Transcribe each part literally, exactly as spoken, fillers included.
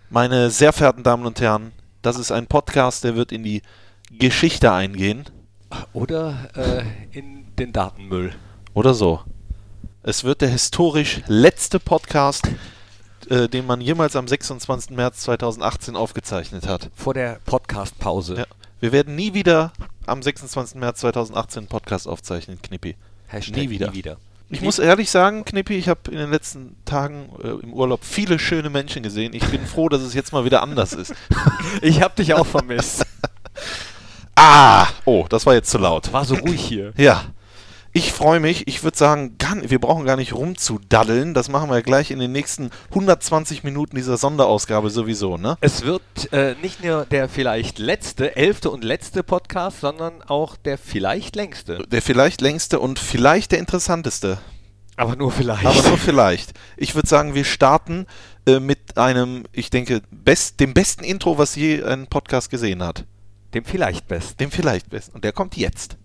Meine sehr verehrten Damen und Herren, das ist ein Podcast, der wird in die Geschichte eingehen. Oder äh, in den Datenmüll. Oder so. Es wird der historisch letzte Podcast, äh, den man jemals am sechsundzwanzigsten März zweitausendachtzehn aufgezeichnet hat. Vor der Podcast-Pause. Ja. Wir werden nie wieder am sechsundzwanzigsten März zweitausendachtzehn einen Podcast aufzeichnen, Knippi. Hashtag nie wieder. Nie wieder. Ich muss ehrlich sagen, Knippi, ich habe in den letzten Tagen äh, im Urlaub viele schöne Menschen gesehen. Ich bin froh, dass es jetzt mal wieder anders ist. Ich habe dich auch vermisst. Ah! Oh, das war jetzt zu laut. War so ruhig hier. Ja. Ich freue mich. Ich würde sagen, gar, wir brauchen gar nicht rumzudaddeln. Das machen wir gleich in den nächsten hundertzwanzig Minuten dieser Sonderausgabe sowieso, ne? Es wird äh, nicht nur der vielleicht letzte, elfte und letzte Podcast, sondern auch der vielleicht längste. Der vielleicht längste und vielleicht der interessanteste. Aber nur vielleicht. Aber nur vielleicht. Ich würde sagen, wir starten äh, mit einem, ich denke, best, dem besten Intro, was je ein Podcast gesehen hat. Dem vielleicht besten. Dem vielleicht besten. Und der kommt jetzt.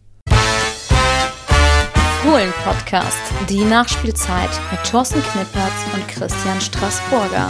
Fohlen-Podcast, die Nachspielzeit mit Thorsten Knippertz und Christian Straßburger.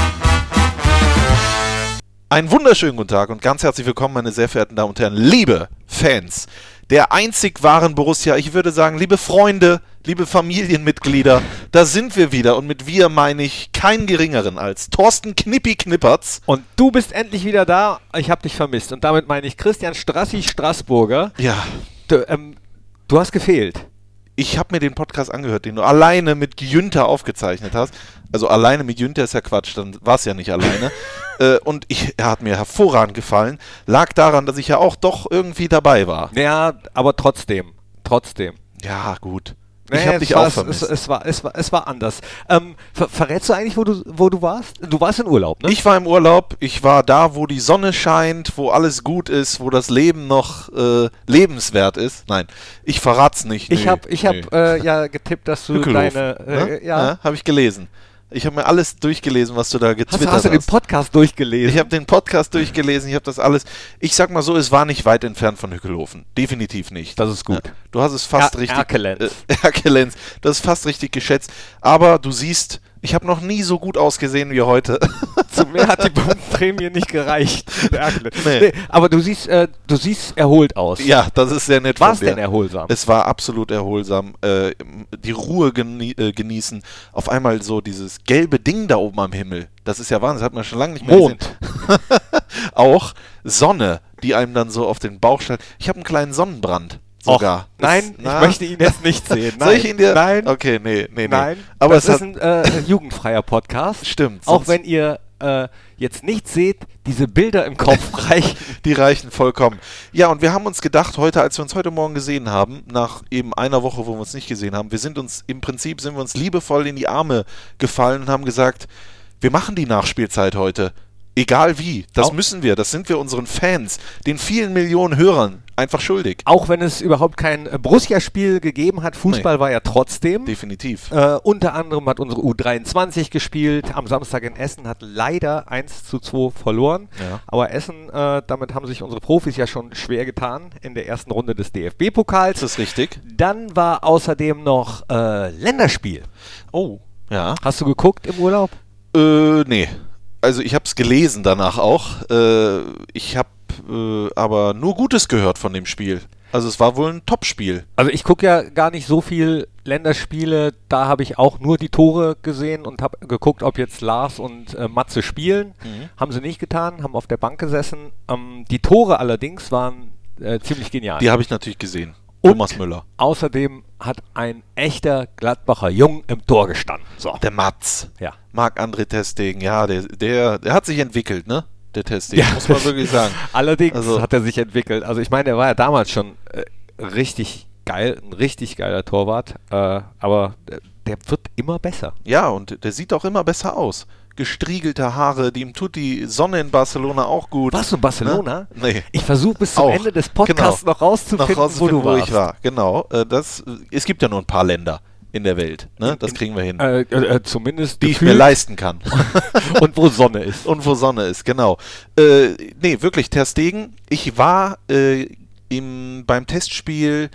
Einen wunderschönen guten Tag und ganz herzlich willkommen, meine sehr verehrten Damen und Herren, liebe Fans der einzig wahren Borussia. Ich würde sagen, liebe Freunde, liebe Familienmitglieder, da sind wir wieder. Und mit wir meine ich keinen geringeren als Thorsten Knippi Knippertz. Und du bist endlich wieder da. Ich habe dich vermisst. Und damit meine ich Christian Strassi Straßburger. Ja. Du, ähm, du hast gefehlt. Ich habe mir den Podcast angehört, den du alleine mit Günther aufgezeichnet hast. Also alleine mit Günther ist ja Quatsch, dann war es ja nicht alleine. äh, und ich, er hat mir hervorragend gefallen. Lag daran, dass ich ja auch doch irgendwie dabei war. Ja, aber trotzdem. Trotzdem. Ja, gut. Ich Naja, habe dich es auch war, vermisst. Es, es, war, es, war, es war anders. Ähm, ver verrätst du eigentlich, wo du, wo du warst? Du warst in Urlaub, ne? Ich war im Urlaub. Ich war da, wo die Sonne scheint, wo alles gut ist, wo das Leben noch äh, lebenswert ist. Nein, ich verrat's nicht. Ich nee, habe ich nee. hab, äh, ja getippt, dass du Hückelhof, deine... Äh, ne? ja. ja habe ich gelesen. Ich habe mir alles durchgelesen, was du da Hast, getwittert du- hast du den Podcast durchgelesen? Ich habe den Podcast durchgelesen, ich habe das alles. Ich sag mal so, es war nicht weit entfernt von Hückelhofen. Definitiv nicht. Das ist gut. Ja, du hast es fast Er- richtig. Erkelenz. Äh, Erkelenz. Das ist fast richtig geschätzt. Aber du siehst, ich habe noch nie so gut ausgesehen wie heute. Zu mehr hat die Prämie nicht gereicht. Nee. Nee, aber du siehst, äh, du siehst erholt aus. Ja, das ist sehr nett War von es dir. denn erholsam? Es war absolut erholsam. Äh, die Ruhe genie äh, genießen. Auf einmal so dieses gelbe Ding da oben am Himmel. Das ist ja Wahnsinn, das hat man schon lange nicht mehr Mond. gesehen. Auch Sonne, die einem dann so auf den Bauch stellt. Ich habe einen kleinen Sonnenbrand. Sogar. Och, nein, Das- na? ich möchte ihn jetzt nicht sehen. Nein, Soll ich ihn dir? Nein, Okay, nee, nee, nee. nein. Aber das es ist hat, ein äh, jugendfreier Podcast. stimmt. Auch sonst- wenn ihr äh, jetzt nicht seht, diese Bilder im Kopf reichen. Die reichen vollkommen. Ja, und wir haben uns gedacht, heute, als wir uns heute Morgen gesehen haben, nach eben einer Woche, wo wir uns nicht gesehen haben, wir sind uns, im Prinzip sind wir uns liebevoll in die Arme gefallen und haben gesagt, wir machen die Nachspielzeit heute. Egal wie. Das Auch- müssen wir. Das sind wir unseren Fans, den vielen Millionen Hörern einfach schuldig. Auch wenn es überhaupt kein äh, Borussia-Spiel gegeben hat, Fußball war ja trotzdem. Definitiv. Äh, unter anderem hat unsere U dreiundzwanzig gespielt. Am Samstag in Essen hat leider eins zu zwei verloren. Ja. Aber Essen, äh, damit haben sich unsere Profis ja schon schwer getan in der ersten Runde des D F B-Pokals. Das ist richtig. Dann war außerdem noch äh, Länderspiel. Oh, ja. Hast du geguckt im Urlaub? Äh, nee. Also ich habe es gelesen danach auch. Äh, ich habe äh, aber nur Gutes gehört von dem Spiel. Also es war wohl ein Top-Spiel. Also ich gucke ja gar nicht so viel Länderspiele. Da habe ich auch nur die Tore gesehen und habe geguckt, ob jetzt Lars und äh, Matze spielen. Mhm. Haben sie nicht getan, haben auf der Bank gesessen. Ähm, die Tore allerdings waren äh, ziemlich genial. Die habe ich natürlich gesehen. Und Thomas Müller. Außerdem hat ein echter Gladbacher Jung im Tor gestanden. So. Der Matz. Ja. Marc-André Ter Stegen. Ja, der, der, der hat sich entwickelt, ne? Der Ter Stegen, Ja. muss man wirklich sagen. Allerdings Also- hat er sich entwickelt. Also ich meine, der war ja damals schon äh, richtig geil, ein richtig geiler Torwart. Äh, aber der, der wird immer besser. Ja, und der sieht auch immer besser aus. Gestriegelte Haare, die ihm tut die Sonne in Barcelona auch gut. Warst du in Barcelona? Ne? Nee. Ich versuche bis zum Auch. Ende des Podcasts Genau. noch rauszufinden, Noch rauszufinden, wo du wo warst. ich war. Genau. Äh, das, es gibt ja nur ein paar Länder in der Welt. Ne? Das kriegen wir hin. Äh, äh, zumindest die ich mir gefühlt. leisten kann. Und wo Sonne ist. Und wo Sonne ist, genau. Äh, nee, wirklich, Ter Stegen. Ich war äh, im, beim Testspiel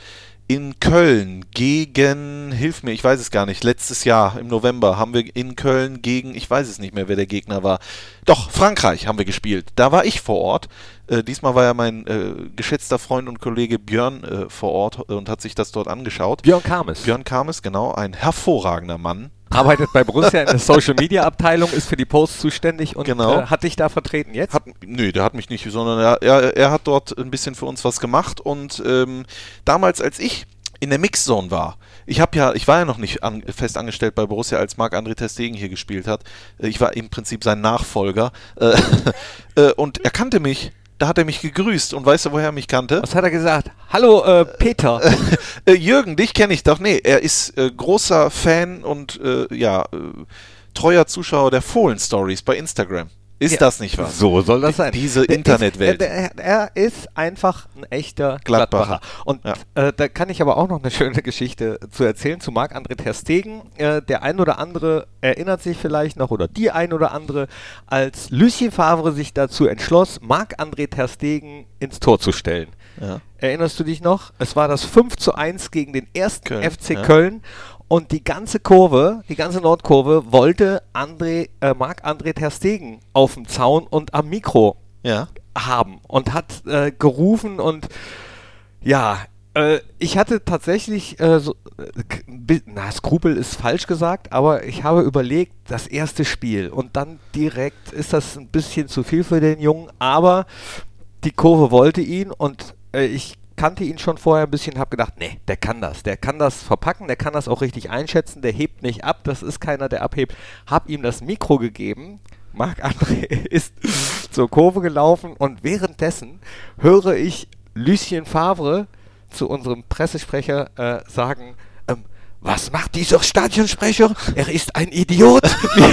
in Köln gegen, hilf mir, ich weiß es gar nicht, letztes Jahr im November haben wir in Köln gegen, ich weiß es nicht mehr, wer der Gegner war. Doch, Frankreich haben wir gespielt. Da war ich vor Ort. Äh, diesmal war ja mein äh, geschätzter Freund und Kollege Björn äh, vor Ort und hat sich das dort angeschaut. Björn Kames. Björn Kames, genau, ein hervorragender Mann. Arbeitet bei Borussia in der Social-Media-Abteilung, ist für die Posts zuständig und Genau. äh, hat dich da vertreten jetzt? Hat, nö, der hat mich nicht, sondern er, er, er hat dort ein bisschen für uns was gemacht und ähm, damals, als ich in der Mixzone war, ich habe ja, ich war ja noch nicht an, fest angestellt bei Borussia, als Marc-André ter Stegen hier gespielt hat. Ich war im Prinzip sein Nachfolger äh, äh, und er kannte mich. Da hat er mich gegrüßt und weißt du, woher er mich kannte? Was hat er gesagt? Hallo, äh, Peter. äh, Jürgen, dich kenne ich doch. Nee, er ist äh, großer Fan und äh, ja, äh, treuer Zuschauer der Fohlen-Stories bei Instagram. Ist ja, das nicht wahr? So soll das sein. Diese der Internetwelt. Ist, er, er ist einfach ein echter Gladbacher. Gladbacher. Und ja. äh, da kann ich aber auch noch eine schöne Geschichte zu erzählen zu Marc-André ter Stegen. Äh, der ein oder andere erinnert sich vielleicht noch, oder die ein oder andere, als Lucien Favre sich dazu entschloss, Marc-André ter Stegen ins Tor zu stellen. Ja. Erinnerst du dich noch? Es war das fünf zu eins gegen den ersten Köln, F C ja. Köln. Und die ganze Kurve, die ganze Nordkurve wollte André, äh, Marc-André ter Stegen auf dem Zaun und am Mikro ja. haben und hat äh, gerufen und ja, äh, ich hatte tatsächlich, äh, so, äh, na, Skrupel ist falsch gesagt, aber ich habe überlegt, das erste Spiel und dann direkt ist das ein bisschen zu viel für den Jungen, aber die Kurve wollte ihn und äh, ich kannte ihn schon vorher ein bisschen, habe gedacht, nee, der kann das, der kann das verpacken, der kann das auch richtig einschätzen, der hebt nicht ab, das ist keiner, der abhebt. Hab ihm das Mikro gegeben, Marc-André ist zur Kurve gelaufen und währenddessen höre ich Lucien Favre zu unserem Pressesprecher äh, sagen, ähm, was macht dieser Stadionsprecher? Er ist ein Idiot.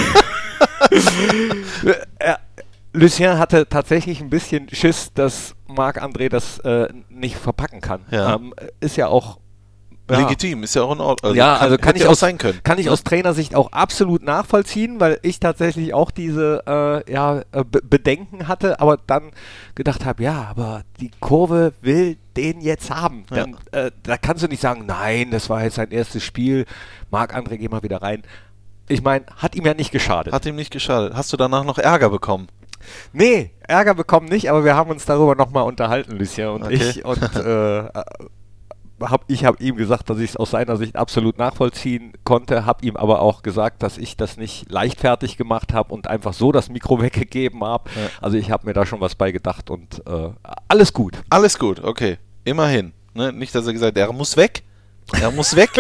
er, Lucien hatte tatsächlich ein bisschen Schiss, dass Marc-André das äh, nicht verpacken kann. Ja. Ähm, ist ja auch ja. legitim, ist ja auch in Ordnung. Also ja, kann, also kann ich, auch aus, sein können. kann ich aus Trainersicht auch absolut nachvollziehen, weil ich tatsächlich auch diese äh, ja, äh, Be- Bedenken hatte, aber dann gedacht habe, ja, aber die Kurve will den jetzt haben. Ja. Dann, äh, da kannst du nicht sagen, nein, das war jetzt sein erstes Spiel, Marc-André, geh mal wieder rein. Ich meine, hat ihm ja nicht geschadet. Hat ihm nicht geschadet. Hast du danach noch Ärger bekommen? Nee, Ärger bekommen nicht, aber wir haben uns darüber nochmal unterhalten, Lucien und okay. ich. Und äh, hab, ich habe ihm gesagt, dass ich es aus seiner Sicht absolut nachvollziehen konnte, habe ihm aber auch gesagt, dass ich das nicht leichtfertig gemacht habe und einfach so das Mikro weggegeben habe. Ja. Also ich habe mir da schon was bei gedacht und äh, alles gut. Alles gut, okay. Immerhin. Ne? Nicht, dass er gesagt hat, er muss weg. Er muss weg.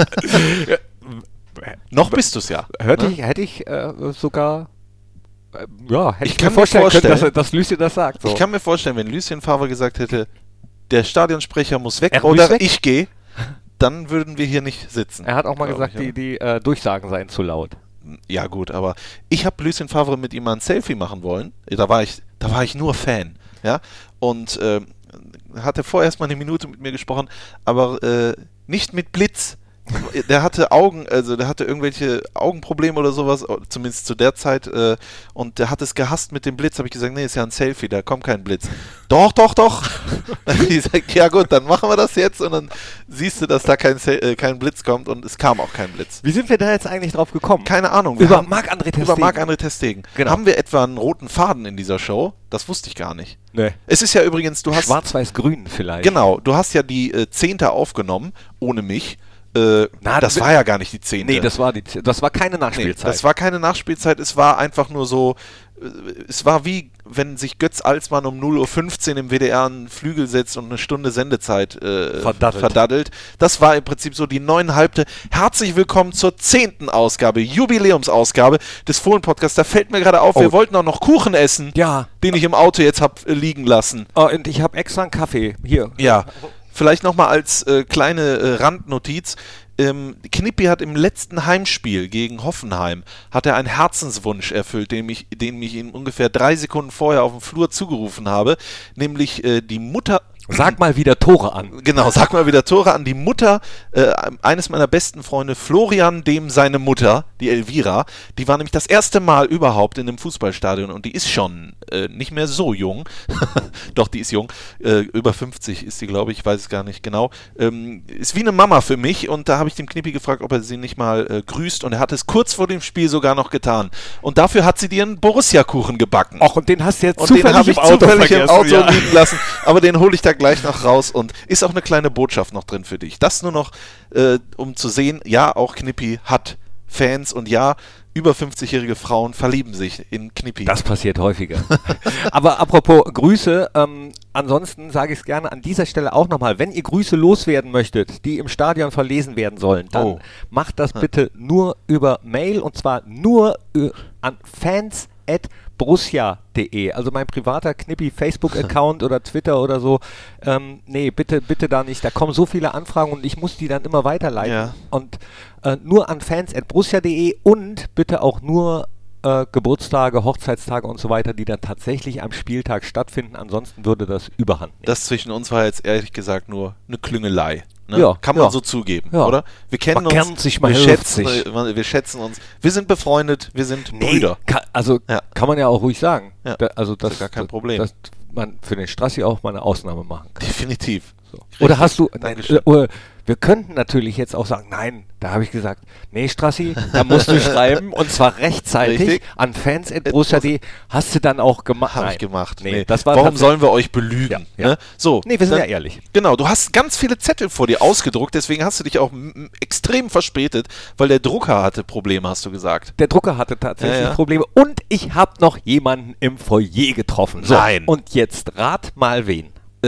Noch bist du es ja. Hörte ne? ich, hätte ich äh, sogar... Ja, hätte ich, ich kann mir vorstellen, mir vorstellen können, dass, dass Lucien das sagt. So. Ich kann mir vorstellen, wenn Lucien Favre gesagt hätte, der Stadionsprecher muss weg er oder weg. ich gehe, dann würden wir hier nicht sitzen. Er hat auch mal gesagt, ich, die, die äh, Durchsagen seien zu laut. Ja gut, aber ich habe Lucien Favre mit ihm mal ein Selfie machen wollen. Da war ich, da war ich nur Fan. Ja? Und äh, hatte vorher erst mal eine Minute mit mir gesprochen, aber äh, nicht mit Blitz. Der hatte Augen, also der hatte irgendwelche Augenprobleme oder sowas, zumindest zu der Zeit, äh, und der hat es gehasst mit dem Blitz. Habe ich gesagt, nee, ist ja ein Selfie, da kommt kein Blitz. Doch, doch, doch. Die sagt, ja gut, dann machen wir das jetzt und dann siehst du, dass da kein, äh, kein Blitz kommt und es kam auch kein Blitz. Wie sind wir da jetzt eigentlich drauf gekommen? Keine Ahnung. Über Marc-André ter Stegen. Über Marc-André ter Stegen. Genau. Haben wir etwa einen roten Faden in dieser Show? Das wusste ich gar nicht. Nee. Es ist ja übrigens, du hast... Schwarz-Weiß-Grün vielleicht. Genau, du hast ja die äh, Zehnte aufgenommen, ohne mich. Äh, Na, das war ja gar nicht die Zehnte. Nee, das war, die, das war keine Nachspielzeit. Nee, das war keine Nachspielzeit, es war einfach nur so, äh, es war wie, wenn sich Götz Alsmann um null Uhr fünfzehn im W D R einen Flügel setzt und eine Stunde Sendezeit äh, verdaddelt. verdaddelt. Das war im Prinzip so die neuneinhalbte. Herzlich willkommen zur zehnten Ausgabe, Jubiläumsausgabe des Fohlen-Podcasts. Da fällt mir gerade auf, oh. wir wollten auch noch Kuchen essen, ja. den ich im Auto jetzt habe äh, liegen lassen. Oh, und ich habe extra einen Kaffee, hier. Ja. Vielleicht nochmal als äh, kleine äh, Randnotiz. Ähm, Knippi hat im letzten Heimspiel gegen Hoffenheim hat er einen Herzenswunsch erfüllt, den ich, den ich ihm ungefähr drei Sekunden vorher auf dem Flur zugerufen habe, nämlich äh, die Mutter, Sag mal wieder Tore an. Genau, sag mal wieder Tore an. Die Mutter äh, eines meiner besten Freunde, Florian, dem seine Mutter, die Elvira, die war nämlich das erste Mal überhaupt in einem Fußballstadion und die ist schon äh, nicht mehr so jung. Doch, die ist jung. Äh, über fünfzig ist sie, glaube ich, ich weiß es gar nicht genau. Ähm, ist wie eine Mama für mich und da habe ich dem Knippi gefragt, ob er sie nicht mal äh, grüßt und er hat es kurz vor dem Spiel sogar noch getan. Und dafür hat sie dir einen Borussia-Kuchen gebacken. Ach, und den hast du jetzt und zufällig den habe ich im Auto zufällig im vergessen, Auto ja. liegen lassen, aber den hole ich da gleich noch raus und ist auch eine kleine Botschaft noch drin für dich. Das nur noch, äh, um zu sehen, ja, auch Knippi hat Fans und ja, über fünfzigjährige Frauen verlieben sich in Knippi. Das passiert häufiger. Aber apropos Grüße, ähm, ansonsten sage ich es gerne an dieser Stelle auch nochmal, wenn ihr Grüße loswerden möchtet, die im Stadion verlesen werden sollen, dann Oh. macht das bitte nur über Mail und zwar nur äh, an fans at borussia punkt de, also mein privater Knippi-Facebook-Account oder Twitter oder so. Ähm, nee, bitte, bitte da nicht. Da kommen so viele Anfragen und ich muss die dann immer weiterleiten. Ja. Und äh, nur an fans at borussia punkt de und bitte auch nur äh, Geburtstage, Hochzeitstage und so weiter, die dann tatsächlich am Spieltag stattfinden. Ansonsten würde das Überhand nehmen. Das zwischen uns war jetzt ehrlich gesagt nur eine Klüngelei. Ne? Ja, Kann man ja. so zugeben, Ja. oder? Wir kennen Man uns, kennt sich, man wir, hilft schätzen, sich. äh, wir schätzen uns, wir sind befreundet, wir sind Brüder. Kann, also Ja. kann man ja auch ruhig sagen. Ja. Da, also das ist gar kein Problem. Dass man für den Strassi auch mal eine Ausnahme machen kann. Definitiv. So. Richtig. Oder hast du, nein, Dankeschön. äh, oder wir könnten natürlich jetzt auch sagen, nein, da habe ich gesagt, nee Strassi, da musst du schreiben und zwar rechtzeitig Richtig. an fans at borussia punkt de. Hast du dann auch gemacht? Habe Nein. ich gemacht. Nee, Nee. das war Warum tatsächlich- sollen wir euch belügen? Ja, ja. Ne? So, Nee, wir sind dann- ja ehrlich. Genau, du hast ganz viele Zettel vor dir ausgedruckt, deswegen hast du dich auch m- m- extrem verspätet, weil der Drucker hatte Probleme, hast du gesagt. Der Drucker hatte tatsächlich Ja, ja. Probleme und ich habe noch jemanden im Foyer getroffen. So, Nein. und jetzt rat mal wen.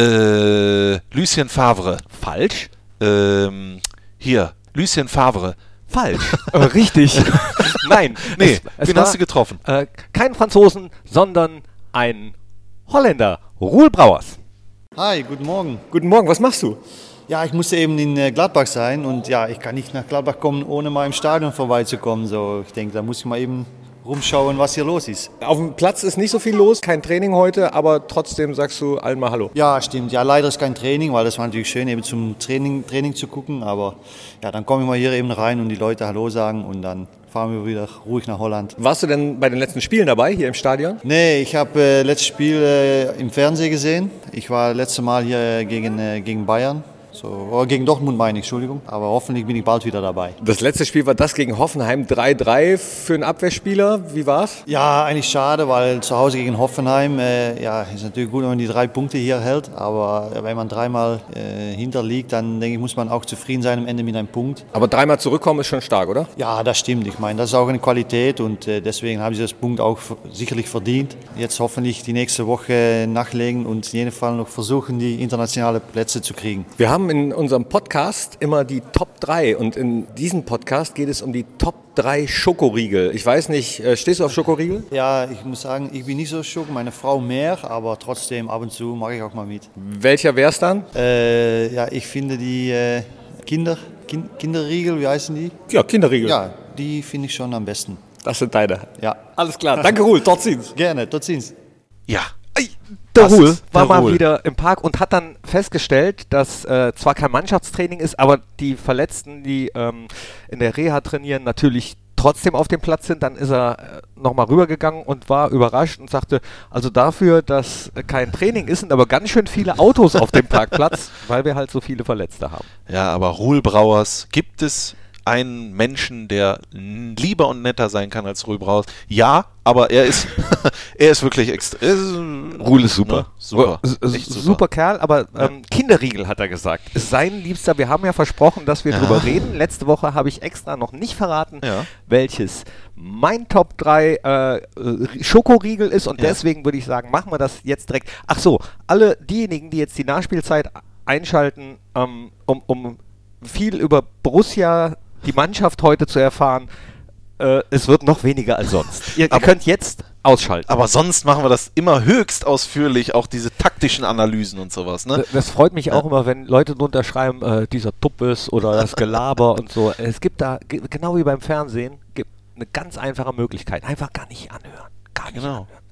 Äh, Lucien Favre. Falsch? Ähm, hier, Lucien Favre. Falsch. äh, richtig. Nein. Nee, es, es wen war, hast du getroffen? Äh, kein Franzosen, sondern ein Holländer. Roel Brouwers. Hi, guten Morgen. Guten Morgen, was machst du? Ja, ich musste eben in äh, Gladbach sein und ja, ich kann nicht nach Gladbach kommen, ohne mal im Stadion vorbeizukommen. So, ich denke, da muss ich mal eben rumschauen, was hier los ist. Auf dem Platz ist nicht so viel los, kein Training heute, aber trotzdem sagst du allen mal Hallo. Ja, stimmt. Ja, leider ist kein Training, weil das war natürlich schön, eben zum Training, Training zu gucken. Aber ja, dann komme ich mal hier eben rein und die Leute Hallo sagen und dann fahren wir wieder ruhig nach Holland. Warst du denn bei den letzten Spielen dabei, hier im Stadion? Nee, ich habe äh, letztes Spiel äh, im Fernsehen gesehen. Ich war letzte Mal hier äh, gegen, äh, gegen Bayern. So, oder gegen Dortmund meine ich, Entschuldigung. Aber hoffentlich bin ich bald wieder dabei. Das letzte Spiel war das gegen Hoffenheim, drei drei für einen Abwehrspieler. Wie war's? Ja, eigentlich schade, weil zu Hause gegen Hoffenheim, äh, ja, ist natürlich gut, wenn man die drei Punkte hier hält. Aber wenn man dreimal äh, hinterliegt, dann denke ich, muss man auch zufrieden sein am Ende mit einem Punkt. Aber dreimal zurückkommen ist schon stark, oder? Ja, das stimmt. Ich meine, das ist auch eine Qualität und äh, deswegen haben sie das Punkt auch f- sicherlich verdient. Jetzt hoffentlich die nächste Woche nachlegen und in jedem Fall noch versuchen, die internationalen Plätze zu kriegen. Wir haben in unserem Podcast immer die Top drei und in diesem Podcast geht es um die Top drei Schokoriegel. Ich weiß nicht, äh, stehst du auf Schokoriegel? Ja, ich muss sagen, ich bin nicht so schock, meine Frau mehr, aber trotzdem ab und zu mache ich auch mal mit. Welcher wär's dann? Äh, ja, ich finde die äh, Kinder, kind, Kinderriegel, wie heißen die? Ja, Kinderriegel. Ja, die finde ich schon am besten. Das sind deine. Ja, Alles klar, danke Ruhl, tot ziens. gerne, tot ziens. Ja. Der Das Ruhl ist war der mal Ruhl. wieder im Park und hat dann festgestellt, dass äh, zwar kein Mannschaftstraining ist, aber die Verletzten, die ähm, in der Reha trainieren, natürlich trotzdem auf dem Platz sind. Dann ist er äh, nochmal rübergegangen und war überrascht und sagte, also dafür, dass äh, kein Training ist, sind aber ganz schön viele Autos auf dem Parkplatz, weil wir halt so viele Verletzte haben. Ja, aber Roel Brouwers, gibt es einen Menschen, der n- lieber und netter sein kann als Roel Brouwers? Ja, aber er ist, er ist wirklich extrem. Ruhl ist super. Ne? Super. S- s- Echt super. super. Kerl, aber ähm, Kinderriegel hat er gesagt. Ist sein Liebster. Wir haben ja versprochen, dass wir Ja. drüber reden. Letzte Woche habe ich extra noch nicht verraten, Ja. welches mein Top drei äh, äh, Schokoriegel ist. Und Ja. deswegen würde ich sagen, machen wir das jetzt direkt. Ach so, alle diejenigen, die jetzt die Nachspielzeit einschalten, ähm, um, um viel über Borussia, die Mannschaft heute zu erfahren, äh, es wird noch weniger als sonst. Ihr, ihr Aber- könnt jetzt ausschalten. Aber sonst machen wir das immer höchst ausführlich, auch diese taktischen Analysen und sowas. Ne? D- Das freut mich auch immer, wenn Leute drunter schreiben, äh, dieser Tuppes oder das Gelaber und so. Es gibt da, ge- genau wie beim Fernsehen, gibt eine ganz einfache Möglichkeit. Einfach gar nicht anhören. Gar nicht Genau. anhören.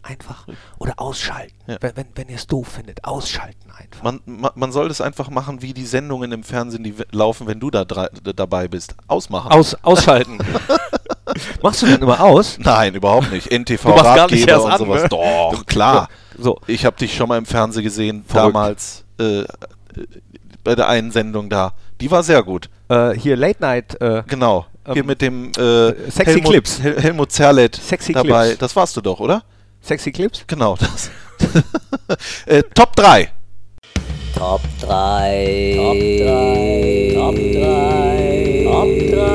einfach oder ausschalten. Ja. Wenn, wenn, wenn ihr es doof findet, ausschalten einfach. Man, man, man soll das einfach machen, wie die Sendungen im Fernsehen, die w- laufen, wenn du da drei, d- dabei bist. Ausmachen. Aus, ausschalten. Machst du dann immer aus? Nein, überhaupt nicht. N T Du machst gar nicht V-Ratgeber erst und an, sowas. ne? Doch, klar. So. Ich habe dich schon mal im Fernsehen gesehen, Verrückt. damals äh, äh, bei der einen Sendung da. Die war sehr gut. Äh, hier Late Night. Äh, Genau. Hier Ähm, mit dem äh, Sexy Helmut, Clips. Hel Helmut Zerlett Sexy dabei. Clips. Das warst du doch, oder? Sexy Clips? Genau. Das. äh, Top drei. Top drei. Top drei. Top drei. Top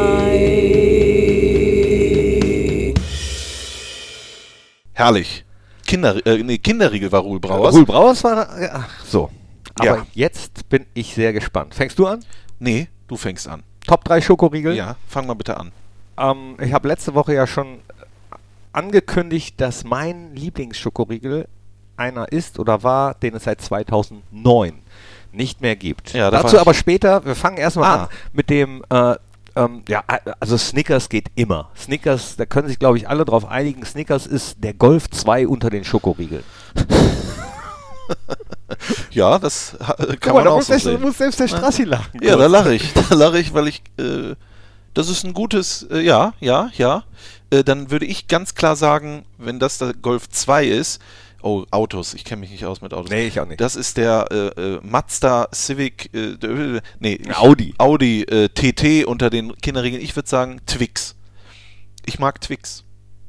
drei. Herrlich. Kinder, äh, nee, Kinderriegel war Ruhl Brauers. Ruhl Brauers war. Ja, so. Aber Ja. jetzt bin ich sehr gespannt. Fängst du an? Nee, du fängst an. Top drei Schokoriegel? Ja, fang mal bitte an. Ähm, ich habe letzte Woche ja schon angekündigt, dass mein Lieblingsschokoriegel einer ist oder war, den es seit zweitausendneun nicht mehr gibt. Ja, da Dazu war ich- aber später. Wir fangen erstmal Ah. an mit dem, äh, ähm, ja, also Snickers geht immer. Snickers, da können sich, glaube ich, alle drauf einigen. Snickers ist der Golf zwei unter den Schokoriegeln. Ja, das ha- kann Guck mal, man da auch muss, so selbst, sehen. muss selbst der Strassi lachen. Ja, da lache ich. Da lache ich, weil ich, äh, das ist ein gutes, äh, ja, ja, ja. Äh, dann würde ich ganz klar sagen, wenn das der Golf zwei ist, oh, Autos, ich kenne mich nicht aus mit Autos. Nee, ich auch nicht. Das ist der äh, äh, Mazda Civic, äh, d- nee, ich, Audi. Audi äh, T T unter den Kinderriegeln. Ich würde sagen Twix. Ich mag Twix.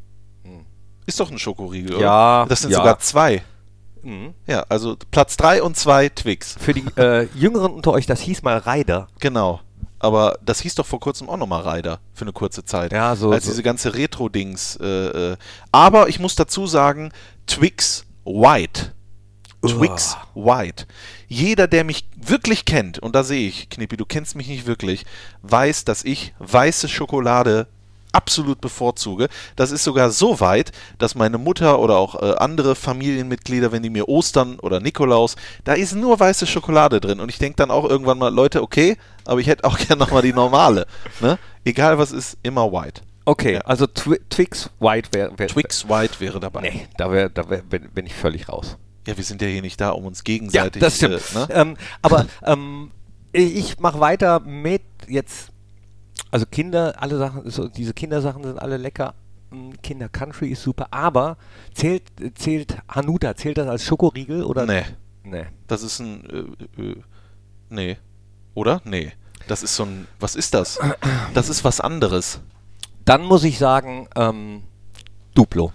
Hm. Ist doch ein Schokoriegel, Ja, oder? Das sind ja. sogar zwei. Mhm. Ja, also Platz drei und zwei Twix. Für die äh, Jüngeren unter euch, das hieß mal Ryder. Genau. Aber das hieß doch vor kurzem auch nochmal Ryder für eine kurze Zeit. Ja, so- Als so. diese ganze Retro-Dings. Äh, äh. Aber ich muss dazu sagen, Twix White. Twix White. Jeder, der mich wirklich kennt, und da sehe ich, Knippi, du kennst mich nicht wirklich, weiß, dass ich weiße Schokolade absolut bevorzuge. Das ist sogar so weit, dass meine Mutter oder auch äh, andere Familienmitglieder, wenn die mir Ostern oder Nikolaus, da ist nur weiße Schokolade drin. Und ich denke dann auch irgendwann mal, Leute, okay, aber ich hätte auch gerne nochmal die normale. Ne? Egal was ist, immer White. Okay, Ja. also Twi Twix White wäre. Wär, Twix White wäre dabei. Nee, da, wär, da wär, bin, bin ich völlig raus. Ja, wir sind ja hier nicht da, um uns gegenseitig... das stimmt. Äh, ne? ähm, aber ähm, ich mache weiter mit jetzt, also Kinder, alle Sachen, so, diese Kindersachen sind alle lecker. Mm, Kinder Country ist super, aber zählt, zählt Hanuta, zählt das als Schokoriegel oder? Nee, Nee. das ist ein... Äh, äh, nee. Oder? Nee. Das ist so ein... Was ist das? Das ist was anderes. Dann muss ich sagen, ähm, Duplo.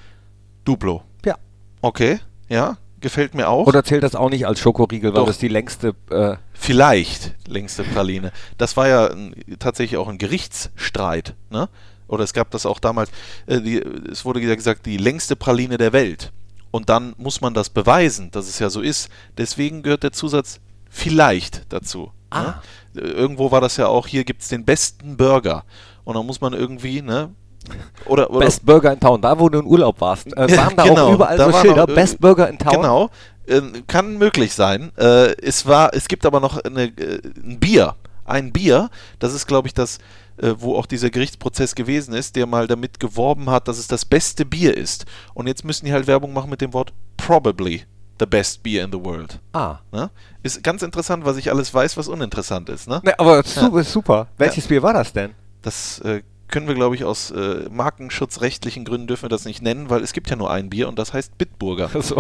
Duplo. Ja. Okay, ja, gefällt mir auch. Oder zählt das auch nicht als Schokoriegel, weil Doch. das die längste. Äh, Vielleicht längste Praline. Das war ja ein, tatsächlich auch ein Gerichtsstreit, ne? Oder es gab das auch damals, äh, die, es wurde ja gesagt, die längste Praline der Welt. Und dann muss man das beweisen, dass es ja so ist. Deswegen gehört der Zusatz vielleicht dazu. Ah. Ne? Äh, Irgendwo war das ja auch, hier gibt es den besten Burger. Und dann muss man irgendwie, ne? Oder, oder Best Burger in Town, da wo du in Urlaub warst. Äh, waren da Genau, auch überall da so war Schilder, noch, äh, Best Burger in Town? Genau, äh, kann möglich sein. Äh, es war, es gibt aber noch eine, äh, ein Bier, ein Bier, das ist glaube ich das, äh, wo auch dieser Gerichtsprozess gewesen ist, der mal damit geworben hat, dass es das beste Bier ist. Und jetzt müssen die halt Werbung machen mit dem Wort probably the best beer in the world. Ah. Ne? Ist ganz interessant, was ich alles weiß, was uninteressant ist. Ne? Ne, aber super, super. Welches Bier war das denn? Das äh, können wir, glaube ich, aus äh, markenschutzrechtlichen Gründen dürfen wir das nicht nennen, weil es gibt ja nur ein Bier und das heißt Bitburger. So.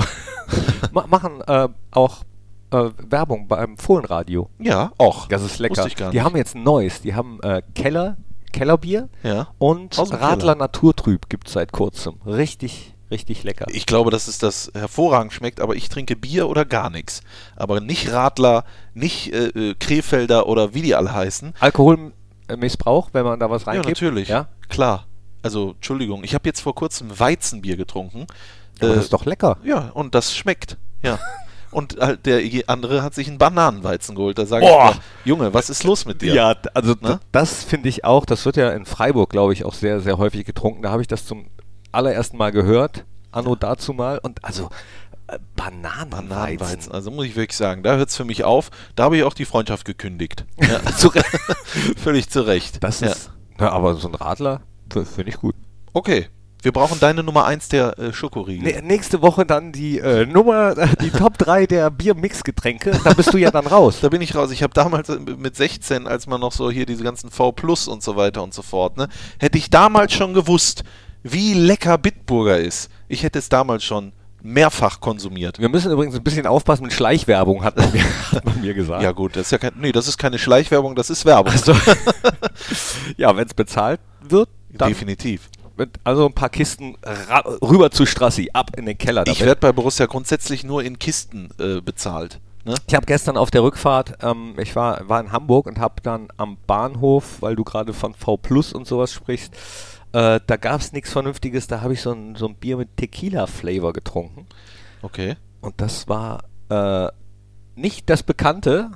Ma machen äh, auch äh, Werbung beim Fohlenradio. Ja, auch. Das ist lecker. Wusste ich gar Die nicht. haben jetzt ein neues. Die haben äh, Keller, Kellerbier Ja. und Aus dem Radler Keller. Naturtrüb gibt es seit kurzem. Richtig, richtig lecker. Ich glaube, dass es das hervorragend schmeckt, aber ich trinke Bier oder gar nichts. Aber nicht Radler, nicht äh, äh, Krefelder oder wie die alle heißen. Alkoholmissbrauch, wenn man da was Ja, reingibt? natürlich. Ja? Klar. Also, Entschuldigung, ich habe jetzt vor kurzem Weizenbier getrunken. Aber Äh, das ist doch lecker. Ja, und das schmeckt. Ja. Und halt der andere hat sich einen Bananenweizen geholt. Da sage Boah. ich mir, Junge, was ist los mit dir? Ja, d- also Ne? d- das finde ich auch, das wird ja in Freiburg, glaube ich, auch sehr, sehr häufig getrunken. Da habe ich das zum allerersten Mal gehört, anno dazu mal. Und also äh, Bananenweizen. Bananenweizen. Also muss ich wirklich sagen, da hört es für mich auf. Da habe ich auch die Freundschaft gekündigt. Ja. Zu Re- Völlig zu Recht. Das Ja. ist, na, aber so ein Radler f- finde ich gut. Okay. Wir brauchen deine Nummer eins der äh, Schokoriegel. Ne, nächste Woche dann die äh, Nummer, äh, die Top drei der Biermix-Getränke. Da bist du ja dann raus. Da bin ich raus. Ich habe damals äh, mit sechzehn, als man noch so hier diese ganzen V Plus und so weiter und so fort, ne, hätte ich damals schon gewusst, wie lecker Bitburger ist. Ich hätte es damals schon mehrfach konsumiert. Wir müssen übrigens ein bisschen aufpassen mit Schleichwerbung, hat man mir, hat man mir gesagt. Ja gut, das ist ja kein, nee, das ist keine Schleichwerbung, das ist Werbung. Also, ja, wenn es bezahlt wird, dann Definitiv. mit also ein paar Kisten ra- rüber zu Strassi, ab in den Keller. Ich werde bei Borussia grundsätzlich nur in Kisten äh, bezahlt. Ne? Ich habe gestern auf der Rückfahrt, ähm, ich war, war in Hamburg und habe dann am Bahnhof, weil du gerade von V Plus und sowas sprichst, äh, da gab es nichts Vernünftiges, da habe ich so ein, so ein Bier mit Tequila-Flavor getrunken. Okay. Und das war äh, nicht das Bekannte,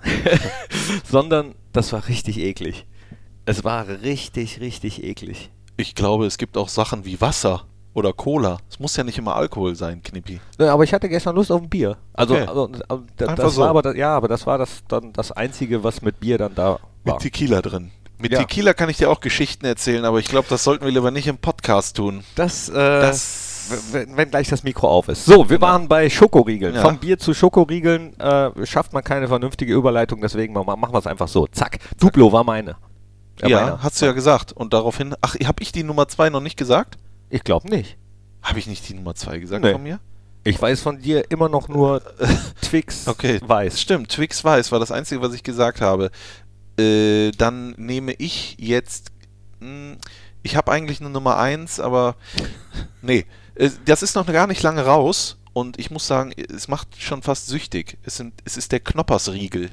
sondern das war richtig eklig. Es war richtig, richtig eklig. Ich glaube, es gibt auch Sachen wie Wasser oder Cola. Es muss ja nicht immer Alkohol sein, Knippi. Ja, aber ich hatte gestern Lust auf ein Bier. Also, Okay. also, also da- Einfach das so. war aber das, ja, aber das war das dann das Einzige, was mit Bier dann da Mit war. Tequila drin. Mit Ja. Tequila kann ich dir auch Geschichten erzählen, aber ich glaube, das sollten wir lieber nicht im Podcast tun. Das, äh, Das- w- wenn, wenn gleich das Mikro auf ist. So, wir Genau. waren bei Schokoriegeln. Ja. Vom Bier zu Schokoriegeln äh, schafft man keine vernünftige Überleitung, deswegen ma- machen wir es einfach so. Zack. Duplo war meine. Äh, Ja, meine. hast du ja gesagt. Und daraufhin, ach, habe ich die Nummer zwei noch nicht gesagt? Ich glaube nicht. Habe ich nicht die Nummer zwei gesagt Nee. von mir? Ich weiß von dir immer noch nur Twix Okay, weiß. Stimmt, Twix Weiß war das Einzige, was ich gesagt habe. Äh, dann nehme ich jetzt, mh, ich habe eigentlich eine Nummer eins, aber nee, äh, das ist noch gar nicht lange raus und ich muss sagen, es macht schon fast süchtig. Es, sind, es ist der Knoppersriegel.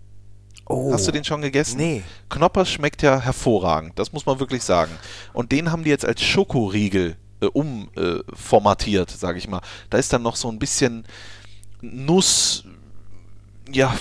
Oh. Hast du den schon gegessen? Nee. Knoppers schmeckt ja hervorragend, das muss man wirklich sagen. Und den haben die jetzt als Schokoriegel äh, umformatiert, äh, sage ich mal. Da ist dann noch so ein bisschen Nuss, ja,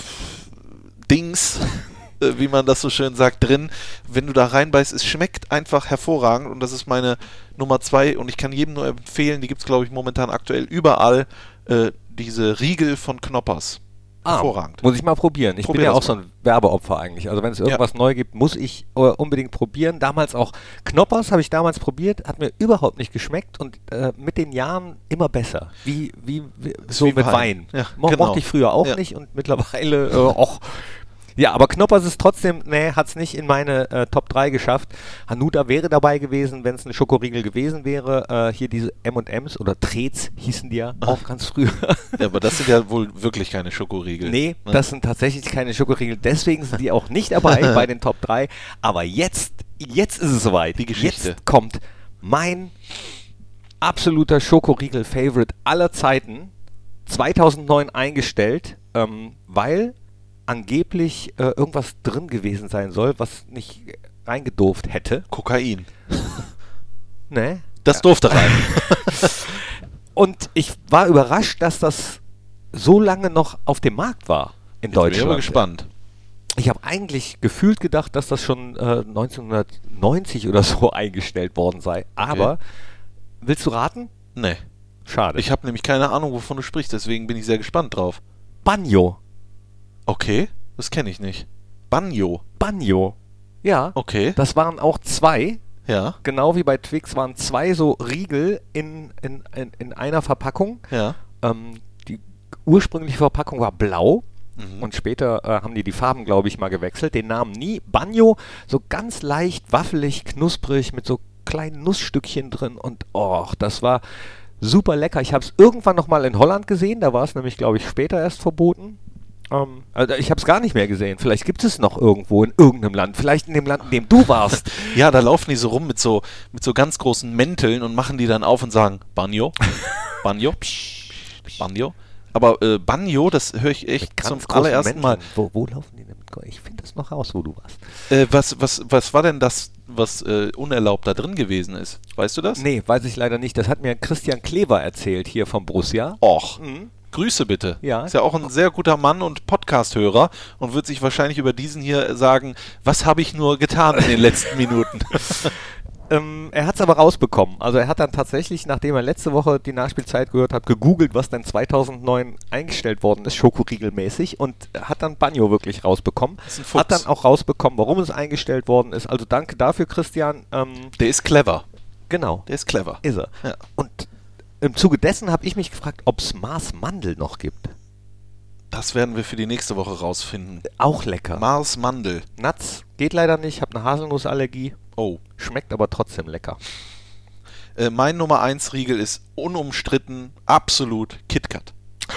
Dings, äh, wie man das so schön sagt, drin. Wenn du da reinbeißt, es schmeckt einfach hervorragend und das ist meine Nummer zwei und ich kann jedem nur empfehlen, die gibt es glaube ich momentan aktuell überall, äh, diese Riegel von Knoppers. Hervorragend. Muss ich mal probieren. Ich Probier bin ja das auch so ein Werbeopfer eigentlich. Also wenn es irgendwas Ja. neu gibt, muss ich äh, unbedingt probieren. Damals auch Knoppers habe ich damals probiert, hat mir überhaupt nicht geschmeckt und äh, mit den Jahren immer besser. Wie, wie, wie so wie mit Wein. Wein. Ja, Mo genau. Mochte ich früher auch Ja. nicht und mittlerweile äh, auch. Ja, aber Knoppers ist trotzdem, nee, hat es nicht in meine äh, Top drei geschafft. Hanuta wäre dabei gewesen, wenn es ein Schokoriegel gewesen wäre. Äh, hier diese M und M's oder Trets hießen die ja auch ganz früher. Ja, aber das sind ja wohl wirklich keine Schokoriegel. Nee, ne? das sind tatsächlich keine Schokoriegel. Deswegen sind die auch nicht dabei bei den Top drei. Aber jetzt, jetzt ist es soweit. Die Geschichte. Jetzt kommt mein absoluter Schokoriegel-Favorite aller Zeiten. zweitausendneun eingestellt, ähm, weil angeblich äh, irgendwas drin gewesen sein soll, was nicht reingedurft hätte. Kokain. Ne? Das durfte rein. Und ich war überrascht, dass das so lange noch auf dem Markt war in Jetzt bin ich Deutschland. aber gespannt. Ich habe eigentlich gefühlt gedacht, dass das schon äh, neunzehnhundertneunzig oder so eingestellt worden sei. Aber, willst du raten? Nee. Schade. Ich habe nämlich keine Ahnung, wovon du sprichst, deswegen bin ich sehr gespannt drauf. Banjo. Okay, das kenne ich nicht. Banjo. Banjo. Ja, Okay. das waren auch zwei. Ja, Genau wie bei Twix waren zwei so Riegel in, in, in, in einer Verpackung. ja. Ähm, die ursprüngliche Verpackung war blau. Mhm. Und später äh, haben die die Farben, glaube ich, mal gewechselt. Den Namen nie. Banjo, so ganz leicht, waffelig, knusprig, mit so kleinen Nussstückchen drin. Und oh, das war super lecker. Ich habe es irgendwann noch mal in Holland gesehen. Da war es nämlich, glaube ich, später erst verboten. Ähm, also ich habe es gar nicht mehr gesehen. Vielleicht gibt es noch irgendwo in irgendeinem Land. Vielleicht in dem Land, in dem du warst. Ja, da laufen die so rum mit so, mit so ganz großen Mänteln und machen die dann auf und sagen Banjo, Banjo, Banjo. Aber äh, Banjo, das höre ich echt Ganz zum großen allerersten Mal. Männchen. Wo, wo laufen die denn mit? Ich finde das noch raus, wo du warst. Äh, was, was, was war denn das, was äh, unerlaubt da drin gewesen ist? Weißt du das? Nee, weiß ich leider nicht. Das hat mir Christian Klever erzählt, hier vom Borussia. Och. Mhm. Grüße bitte. Ja. Ist ja auch ein sehr guter Mann und Podcast-Hörer und wird sich wahrscheinlich über diesen hier sagen, was habe ich nur getan in den letzten Minuten? Ähm, er hat es aber rausbekommen. Also er hat dann tatsächlich, nachdem er letzte Woche die Nachspielzeit gehört hat, gegoogelt, was dann zweitausendneun eingestellt worden ist, Schokoriegelmäßig, und hat dann Banjo wirklich rausbekommen. ist ein Fuchs. Hat dann auch rausbekommen, warum es eingestellt worden ist. Also danke dafür, Christian. Ähm, Der ist clever. Genau. Der ist clever. Ist er. Ja. Und im Zuge dessen habe ich mich gefragt, ob es Mars Mandel noch gibt. Das werden wir für die nächste Woche rausfinden. Auch lecker. Mars Mandel. Nuts geht leider nicht, habe eine Haselnussallergie. Oh. Schmeckt aber trotzdem lecker. Äh, mein Nummer eins Riegel ist unumstritten, absolut KitKat.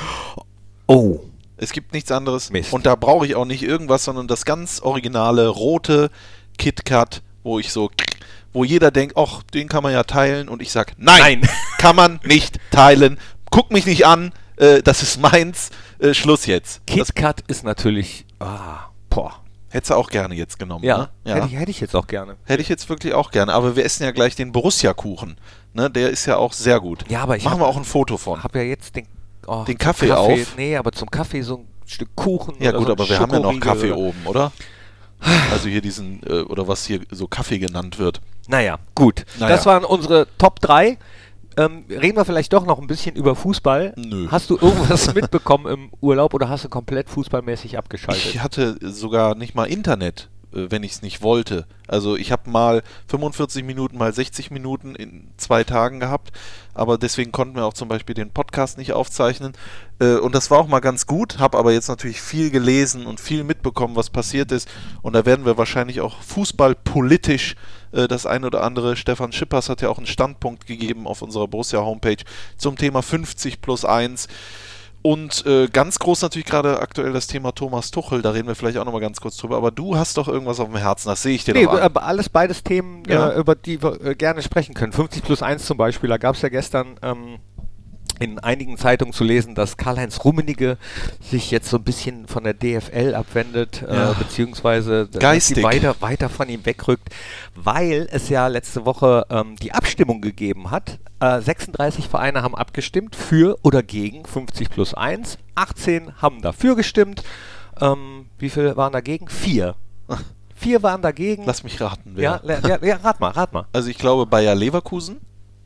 Oh. Es gibt nichts anderes. Mist. Und da brauche ich auch nicht irgendwas, sondern das ganz originale rote KitKat, wo ich so, wo jeder denkt, ach, den kann man ja teilen. Und ich sage, nein, Nein. kann man nicht teilen. Guck mich nicht an, äh, das ist meins. Äh, Schluss jetzt. Das KitKat ist natürlich, ah, boah. hättest du auch gerne jetzt genommen. Ja, Ne? Ja. Hätte, ich, hätte ich jetzt auch gerne. Hätte ich jetzt wirklich auch gerne. Aber wir essen ja gleich den Borussia-Kuchen. Ne? Der ist ja auch sehr gut. Ja, aber ich Machen hab- wir auch ein Foto von. Habe ja jetzt den, oh, Den zum Kaffee auf? Nee, aber zum Kaffee so ein Stück Kuchen. Ja oder gut, so ein aber wir haben ja noch Schokoriegel Kaffee oder- oben, oder? Also hier diesen, äh, oder was hier so Kaffee genannt wird. Naja, gut. Naja. Das waren unsere Top drei. Ähm, reden wir vielleicht doch noch ein bisschen über Fußball. Nö. Hast du irgendwas mitbekommen im Urlaub oder hast du komplett fußballmäßig abgeschaltet? Ich hatte sogar nicht mal Internet, äh, wenn ich es nicht wollte. Also ich habe mal fünfundvierzig Minuten, mal sechzig Minuten in zwei Tagen gehabt, aber deswegen konnten wir auch zum Beispiel den Podcast nicht aufzeichnen. Äh, und das war auch mal ganz gut, habe aber jetzt natürlich viel gelesen und viel mitbekommen, was passiert ist. Und da werden wir wahrscheinlich auch fußballpolitisch äh, das ein oder andere. Stefan Schippers hat ja auch einen Standpunkt gegeben auf unserer Borussia-Homepage zum Thema fünfzig plus eins. Und äh, ganz groß natürlich gerade aktuell das Thema Thomas Tuchel, da reden wir vielleicht auch nochmal ganz kurz drüber, aber du hast doch irgendwas auf dem Herzen, das sehe ich dir Nee, doch an. aber alles beides Themen, Ja. äh, über die wir äh, gerne sprechen können. fünfzig plus eins zum Beispiel, da gab es ja gestern ähm, in einigen Zeitungen zu lesen, dass Karl-Heinz Rummenigge sich jetzt so ein bisschen von der D F L abwendet, Ja. äh, beziehungsweise dass Geistig. sie weiter, weiter von ihm wegrückt, weil es ja letzte Woche ähm, die Abstimmung gegeben hat. Äh, sechsunddreißig Vereine haben abgestimmt für oder gegen fünfzig plus eins. achtzehn haben dafür gestimmt. Ähm, wie viele waren dagegen? Vier. Vier waren dagegen. Lass mich raten, Ja, wer. ja, ja, ja, rat mal, rat mal. Also ich glaube Bayer Leverkusen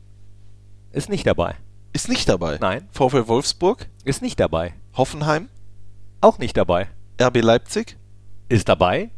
Ist nicht dabei. ist nicht dabei. Nein. VfL Wolfsburg, Ist nicht dabei. Hoffenheim, Auch nicht dabei. R B Leipzig. Ist dabei.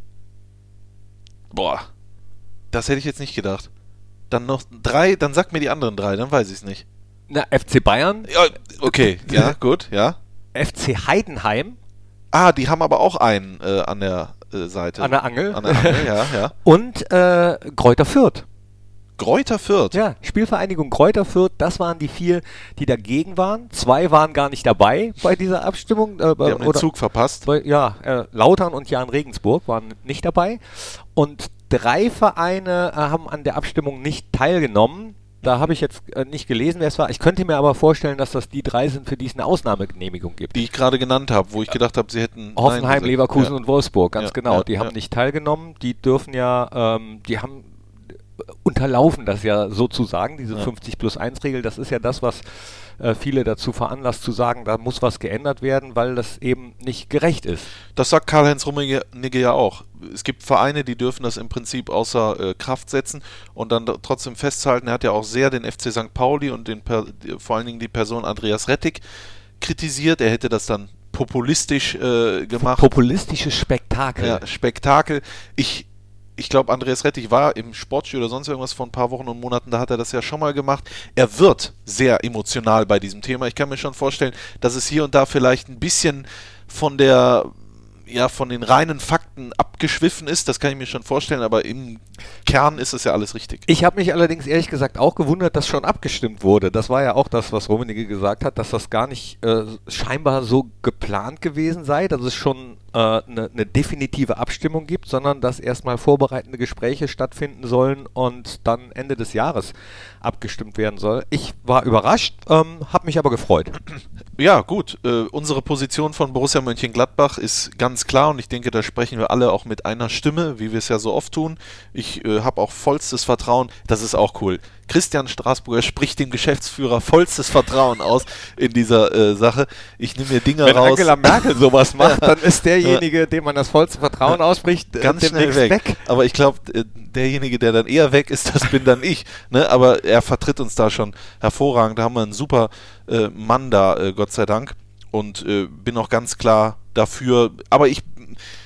Boah, das hätte ich jetzt nicht gedacht. Dann noch drei, dann sag mir die anderen drei, dann weiß ich es nicht. Na, F C Bayern, Ja, okay, ja, gut, ja. F C Heidenheim Ah, die haben aber auch einen äh, an der äh, Seite. an der Angel An der Angel, ja, ja. und äh, Greuther Fürth. Greuther Fürth. Ja, Spielvereinigung Greuther Fürth, das waren die vier, die dagegen waren. Zwei waren gar nicht dabei bei dieser Abstimmung. Äh, Die haben den Zug verpasst. Bei, ja, äh, Lautern und Jan Regensburg waren nicht dabei. Und drei Vereine äh, haben an der Abstimmung nicht teilgenommen. Da habe ich jetzt äh, nicht gelesen, wer es war. Ich könnte mir aber vorstellen, dass das die drei sind, für die es eine Ausnahmegenehmigung gibt. Die ich gerade genannt habe, wo ich gedacht habe, sie hätten... Hoffenheim, Nein gesagt. Leverkusen Ja. und Wolfsburg, ganz Ja, genau. ja, die haben ja. nicht teilgenommen. Die dürfen ja, ähm, die haben unterlaufen das ja sozusagen, diese Ja. fünfzig plus eins Regel. Das ist ja das, was äh, viele dazu veranlasst zu sagen, da muss was geändert werden, weil das eben nicht gerecht ist. Das sagt Karl-Heinz Rummenigge ja auch. Es gibt Vereine, die dürfen das im Prinzip außer äh, Kraft setzen und dann da trotzdem festhalten. Er hat ja auch sehr den F C Sankt Pauli und den per, die, vor allen Dingen die Person Andreas Rettig kritisiert. Er hätte das dann populistisch äh, gemacht. Populistisches Spektakel. Ja, Spektakel. Ich, ich glaube, Andreas Rettig war im Sportstudio oder sonst irgendwas vor ein paar Wochen und Monaten, da hat er das ja schon mal gemacht. Er wird sehr emotional bei diesem Thema. Ich kann mir schon vorstellen, dass es hier und da vielleicht ein bisschen von der, ja, von den reinen Fakten abgeschwiffen ist. Das kann ich mir schon vorstellen, aber im Kern ist es ja alles richtig. Ich habe mich allerdings ehrlich gesagt auch gewundert, dass schon abgestimmt wurde. Das war ja auch das, was Rummenigge gesagt hat, dass das gar nicht äh, scheinbar so geplant gewesen sei, dass es schon eine äh, ne, ne definitive Abstimmung gibt, sondern dass erstmal vorbereitende Gespräche stattfinden sollen und dann Ende des Jahres abgestimmt werden soll. Ich war überrascht, ähm, habe mich aber gefreut. Ja, gut. Äh, unsere Position von Borussia Mönchengladbach ist ganz klar und ich denke, da sprechen wir alle auch mit einer Stimme, wie wir es ja so oft tun. Ich äh, habe auch vollstes Vertrauen. Das ist auch cool. Christian Straßburger spricht dem Geschäftsführer vollstes Vertrauen aus in dieser äh, Sache. Ich nehme mir Dinge Wenn raus. Angela Merkel sowas macht, dann ist derjenige, dem man das vollste Vertrauen ausspricht, äh, ganz schnell demnächst weg. weg. Aber ich glaube, äh, derjenige, der dann eher weg ist, das bin dann ich. Ne? Aber er vertritt uns da schon hervorragend. Da haben wir einen super äh, Mann da, äh, Gott sei Dank. Und äh, bin auch ganz klar dafür. Aber ich,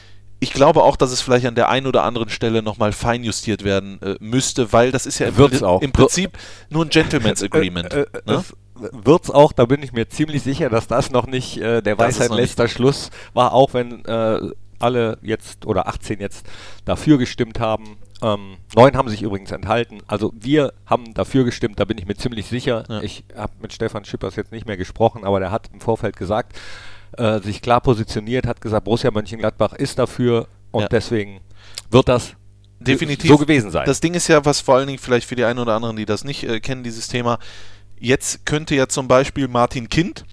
ich glaube auch, dass es vielleicht an der einen oder anderen Stelle nochmal feinjustiert werden äh, müsste, weil das ist ja im, Wird's auch. im Prinzip nur ein Gentleman's Agreement. Äh, äh, ne? Wird's auch, da bin ich mir ziemlich sicher, dass das noch nicht äh, der Das ist Weisheit noch nicht- letzter Schluss war, auch wenn äh, alle jetzt oder achtzehn jetzt dafür gestimmt haben. Ähm, neun haben sich übrigens enthalten. Also wir haben dafür gestimmt, da bin ich mir ziemlich sicher. Ja. Ich habe mit Stefan Schippers jetzt nicht mehr gesprochen, aber der hat im Vorfeld gesagt, äh, sich klar positioniert, hat gesagt, Borussia Mönchengladbach ist dafür und Ja. deswegen wird das Definitiv so gewesen sein. Das Ding ist ja, was vor allen Dingen vielleicht für die einen oder anderen, die das nicht äh, kennen, dieses Thema, jetzt könnte ja zum Beispiel Martin Kind,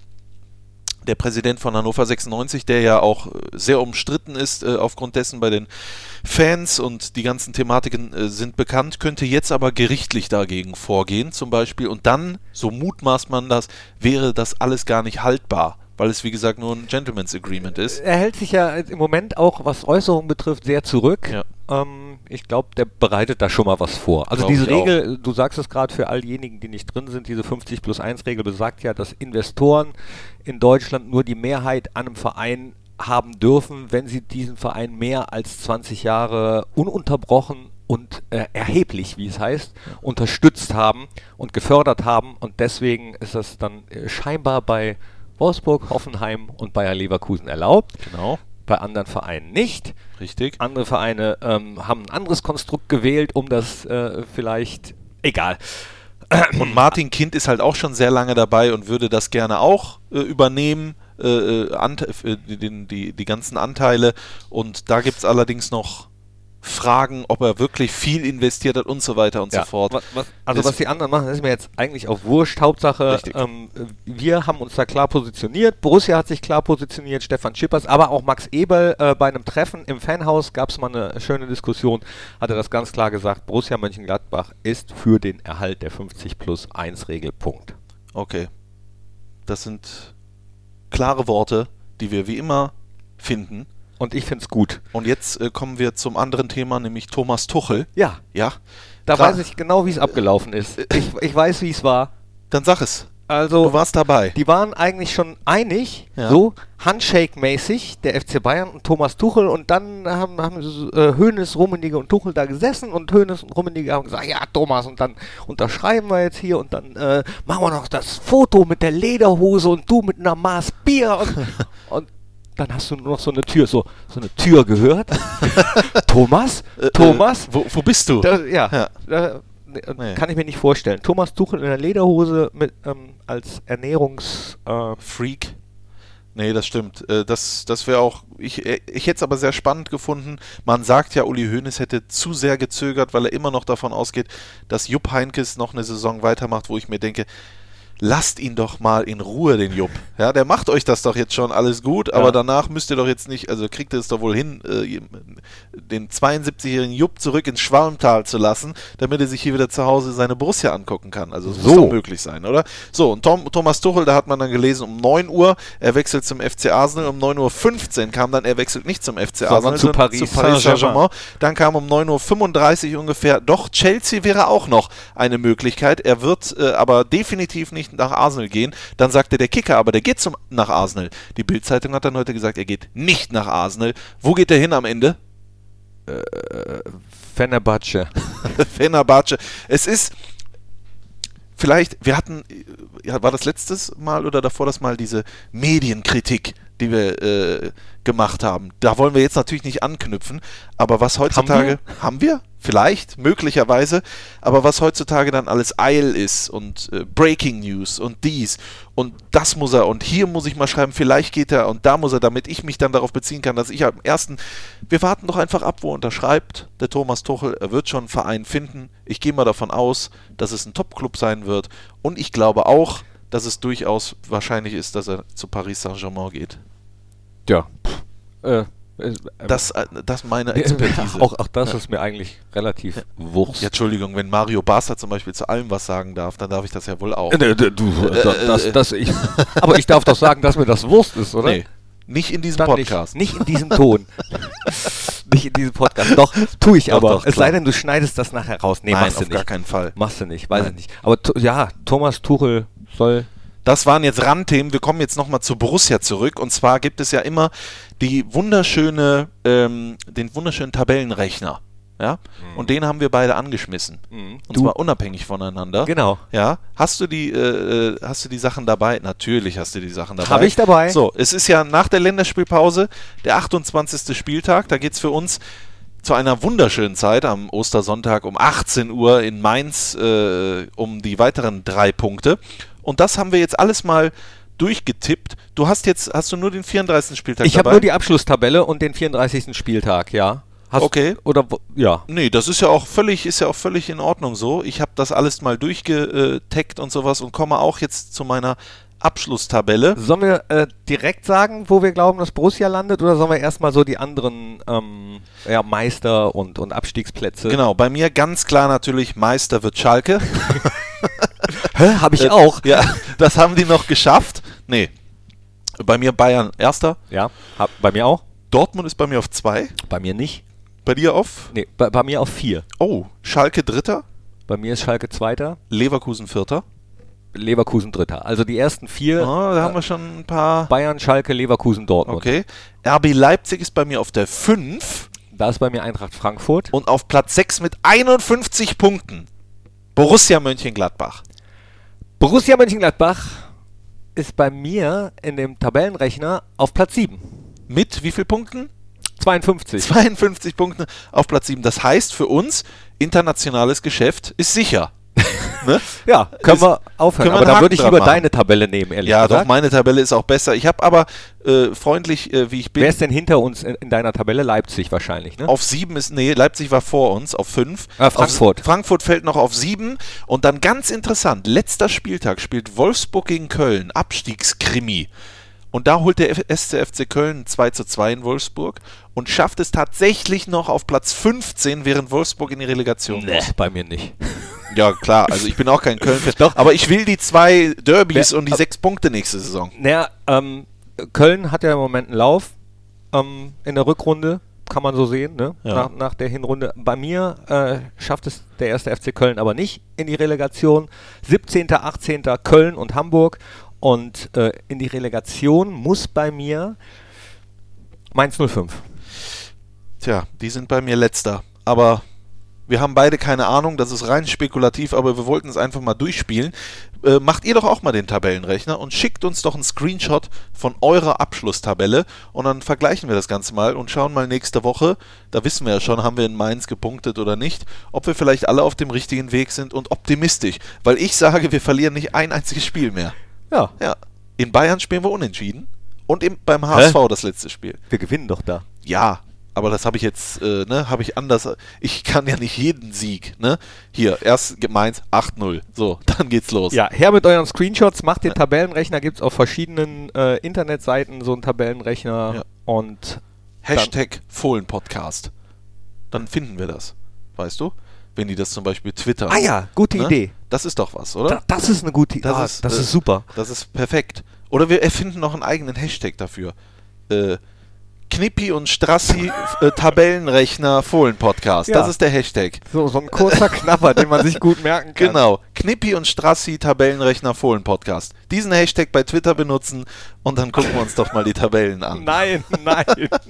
der Präsident von Hannover sechsundneunzig, der ja auch äh, sehr umstritten ist äh, aufgrund dessen bei den Fans und die ganzen Thematiken äh, sind bekannt, könnte jetzt aber gerichtlich dagegen vorgehen zum Beispiel und dann, so mutmaßt man das, wäre das alles gar nicht haltbar, weil es wie gesagt nur ein Gentleman's Agreement ist. Er hält sich ja im Moment auch, was Äußerungen betrifft, sehr zurück. Ja. Ähm, ich glaube, der bereitet da schon mal was vor. Also Glaub diese ich auch. Regel, du sagst es gerade für all diejenigen, die nicht drin sind, diese fünfzig plus eins Regel besagt ja, dass Investoren in Deutschland nur die Mehrheit an einem Verein haben dürfen, wenn sie diesen Verein mehr als zwanzig Jahre ununterbrochen und äh, erheblich, wie es heißt, unterstützt haben und gefördert haben. Und deswegen ist das dann äh, scheinbar bei Wolfsburg, Hoffenheim und Bayer Leverkusen erlaubt. Genau, Bei anderen Vereinen nicht. richtig. Andere Vereine ähm, haben ein anderes Konstrukt gewählt, um das äh, vielleicht... Egal. Und Martin Kind ist halt auch schon sehr lange dabei und würde das gerne auch äh, übernehmen, äh, äh, ante- äh, die, die, die ganzen Anteile. Und da gibt es allerdings noch Fragen, ob er wirklich viel investiert hat und so weiter und so fort. Was, was, also Das- was die anderen machen, ist mir jetzt eigentlich auch wurscht. Hauptsache, Richtig. ähm, wir haben uns da klar positioniert. Borussia hat sich klar positioniert, Stefan Schippers, aber auch Max Eberl äh, bei einem Treffen im Fanhaus gab es mal eine schöne Diskussion, hat er das ganz klar gesagt, Borussia Mönchengladbach ist für den Erhalt der fünfzig plus eins Regel. Punkt. Okay. Das sind klare Worte, die wir wie immer finden. Und ich finde es gut. Und jetzt äh, kommen wir zum anderen Thema, nämlich Thomas Tuchel. Ja, Ja, da Klar. weiß ich genau, wie es abgelaufen ist. Ich, ich weiß, wie es war. dann sag es. Also, Du warst dabei. die waren eigentlich schon einig, Ja. so Handshake-mäßig, der F C Bayern und Thomas Tuchel. Und dann haben, haben äh, Hoeneß, Rummenigge und Tuchel da gesessen und Hoeneß und Rummenigge haben gesagt, ja Thomas, und dann unterschreiben wir jetzt hier und dann äh, machen wir noch das Foto mit der Lederhose und du mit einer Maß Bier. Und, und dann hast du nur noch so eine Tür, so, so eine Tür gehört. Thomas? Äh, Thomas? Äh, wo, wo bist du? Da, ja, Ja. Da, ne, Nee. kann ich mir nicht vorstellen. Thomas Tuchel in der Lederhose mit ähm, als Ernährungs... Äh, Freak. Nee, das stimmt. Äh, das das wäre auch, ich, äh, ich hätte es aber sehr spannend gefunden. Man sagt ja, Uli Hoeneß hätte zu sehr gezögert, weil er immer noch davon ausgeht, dass Jupp Heynckes noch eine Saison weitermacht, wo ich mir denke, lasst ihn doch mal in Ruhe, den Jupp. Ja, der macht euch das doch jetzt schon alles gut, aber Ja. danach müsst ihr doch jetzt nicht, also kriegt ihr es doch wohl hin, äh, den zweiundsiebzigjährigen Jupp zurück ins Schwalmtal zu lassen, damit er sich hier wieder zu Hause seine Borussia angucken kann. Also es muss So. doch möglich sein, oder? So, und Tom, Thomas Tuchel, da hat man dann gelesen, um neun Uhr, er wechselt zum F C Arsenal, um neun Uhr fünfzehn kam dann, er wechselt nicht zum F C Sondern Arsenal, zu sondern Paris zu Paris Saint-Germain. Saint-Germain. Dann kam um neun Uhr fünfunddreißig ungefähr, doch Chelsea wäre auch noch eine Möglichkeit. Er wird äh, aber definitiv nicht nach Arsenal gehen. Dann sagte der Kicker, aber der geht zum, nach Arsenal. Die Bild-Zeitung hat dann heute gesagt, er geht nicht nach Arsenal. Wo geht er hin am Ende? Fenerbahce. Fenerbahce. Es ist vielleicht, wir hatten, ja, war das letztes Mal oder davor das Mal diese Medienkritik, die wir äh, gemacht haben. Da wollen wir jetzt natürlich nicht anknüpfen, aber was heutzutage, haben wir? Vielleicht, möglicherweise, aber was heutzutage dann alles Eil ist und äh, Breaking News und dies und das muss er und hier muss ich mal schreiben, vielleicht geht er und da muss er, damit ich mich dann darauf beziehen kann, dass ich am ersten, wir warten doch einfach ab, wo er unterschreibt, der Thomas Tuchel, er wird schon einen Verein finden, ich gehe mal davon aus, dass es ein Top-Club sein wird und ich glaube auch, dass es durchaus wahrscheinlich ist, dass er zu Paris Saint-Germain geht. Ja. Äh, äh, Das, äh, das ist meine Expertise. auch, auch das ist mir eigentlich relativ Wurst. Ja, Entschuldigung, wenn Mario Basler zum Beispiel zu allem was sagen darf, dann darf ich das ja wohl auch. Äh, du, du, Äh, das, äh, das, das, ich, aber ich darf doch sagen, dass mir das Wurst ist, oder? Nee, nicht in diesem Dann Podcast. Nicht, nicht in diesem Ton. Nicht in diesem Podcast. Doch, tue ich Doch, aber. doch, es klar. sei denn, du schneidest das nachher raus. Nee, Nein, machst du auf gar nicht. keinen Fall. Machst du nicht, weiß Nein. ich nicht. Aber to- ja, Thomas Tuchel soll das waren jetzt Randthemen. Wir kommen jetzt nochmal zu Borussia zurück. Und zwar gibt es ja immer die wunderschöne, ähm, den wunderschönen Tabellenrechner. Ja? Mhm. Und den haben wir beide angeschmissen. Mhm. Und Du- zwar unabhängig voneinander. Genau. Ja, hast du die, äh, hast du die Sachen dabei? Natürlich hast du die Sachen dabei. Habe ich dabei. So, es ist ja nach der Länderspielpause der achtundzwanzigste Spieltag. Da geht es für uns zu einer wunderschönen Zeit am Ostersonntag um achtzehn Uhr in Mainz äh, um die weiteren drei Punkte. Und das haben wir jetzt alles mal durchgetippt. Du hast jetzt, hast du nur den vierunddreißigsten Spieltag Ich dabei? habe nur die Abschlusstabelle und den vierunddreißigsten Spieltag, ja. Hast, Okay. Oder, wo- ja. Nee, das ist ja auch völlig, ist ja auch völlig in Ordnung so. Ich habe das alles mal durchgetaggt und sowas und komme auch jetzt zu meiner Abschlusstabelle. Sollen wir äh, direkt sagen, wo wir glauben, dass Borussia landet, oder sollen wir erstmal so die anderen ähm, ja, Meister- und, und Abstiegsplätze? Genau, bei mir ganz klar natürlich Meister wird Schalke. Hä? Habe ich Äh, auch. Ja, das haben die noch geschafft. Nee, bei mir Bayern Erster. Ja, hab, bei mir auch. Dortmund ist bei mir auf zwei. Bei mir nicht. Bei dir auf? Nee, bei, bei mir auf vier. Oh, Schalke Dritter. Bei mir ist Schalke Zweiter, Leverkusen Vierter. Leverkusen Dritter. Also die ersten vier, Oh, da äh, haben wir schon ein paar. Bayern, Schalke, Leverkusen, Dortmund. Okay. R B Leipzig ist bei mir auf der fünf. Da ist bei mir Eintracht Frankfurt. Und auf Platz sechs mit einundfünfzig Punkten Borussia Mönchengladbach. Borussia Mönchengladbach ist bei mir in dem Tabellenrechner auf Platz sieben. Mit wie viel Punkten? zweiundfünfzig. zweiundfünfzig Punkte auf Platz sieben. Das heißt für uns, internationales Geschäft ist sicher. Ne? Ja, können Ist- wir aufhören. können wir Aber einen dann Haken würde ich dran lieber machen. deine Tabelle nehmen, ehrlich Ja, gesagt. doch, meine Tabelle ist auch besser. Ich habe aber äh, freundlich, äh, wie ich bin, Wer ist denn hinter uns in, in deiner Tabelle? Leipzig wahrscheinlich, ne? auf sieben ist, nee, Leipzig war vor uns, auf fünf. Ah, Frankfurt. Auf, Frankfurt fällt noch auf sieben. Und dann ganz interessant, letzter Spieltag spielt Wolfsburg gegen Köln, Abstiegskrimi. Und da holt der F- S C F C Köln zwei zu zwei in Wolfsburg und schafft es tatsächlich noch auf Platz fünfzehn, während Wolfsburg in die Relegation Nee, muss. bei mir nicht. Ja, klar, also ich bin auch kein Köln-Fan. Doch. Aber ich will die zwei Derbys Wer- und die sechs Punkte nächste Saison. Naja, ähm, Köln hat ja im Moment einen Lauf ähm, in der Rückrunde, kann man so sehen, ne? Ja. nach, nach der Hinrunde. Bei mir äh, schafft es der erste F C Köln aber nicht in die Relegation. siebzehnter, achtzehnter Köln und Hamburg. Und äh, in die Relegation muss bei mir Mainz null fünf. Tja, die sind bei mir letzter. Aber wir haben beide keine Ahnung, das ist rein spekulativ, aber wir wollten es einfach mal durchspielen. Äh, macht ihr doch auch mal den Tabellenrechner und schickt uns doch einen Screenshot von eurer Abschlusstabelle und dann vergleichen wir das Ganze mal und schauen mal nächste Woche, da wissen wir ja schon, haben wir in Mainz gepunktet oder nicht, ob wir vielleicht alle auf dem richtigen Weg sind und optimistisch. Weil ich sage, wir verlieren nicht ein einziges Spiel mehr. Ja, Ja, in Bayern spielen wir unentschieden und im, beim H S V das letzte Spiel. wir gewinnen doch da. Ja, aber das habe ich jetzt, äh, ne, habe ich anders. Ich kann ja nicht jeden Sieg, ne? Hier, erst Mainz acht null. So, dann geht's los. Ja, her mit euren Screenshots, macht den Tabellenrechner, gibt es auf verschiedenen äh, Internetseiten so einen Tabellenrechner Ja. und Hashtag Fohlen-Podcast. Dann finden wir das. Weißt du? Wenn die das zum Beispiel twittern. Ah ja, gute ne? Idee. Das ist doch was, oder? Da, das ist eine gute Idee. Das Ah, ist, das äh, ist super. Das ist perfekt. Oder wir erfinden noch einen eigenen Hashtag dafür. Äh, Knippi und Strassi äh, Tabellenrechner Fohlen-Podcast. Ja. Das ist der Hashtag. So, so ein kurzer Knapper, den man sich gut merken kann. Genau. Knippi und Strassi Tabellenrechner Fohlen Podcast. Diesen Hashtag bei Twitter benutzen und dann gucken wir uns doch mal die Tabellen an. Nein, nein.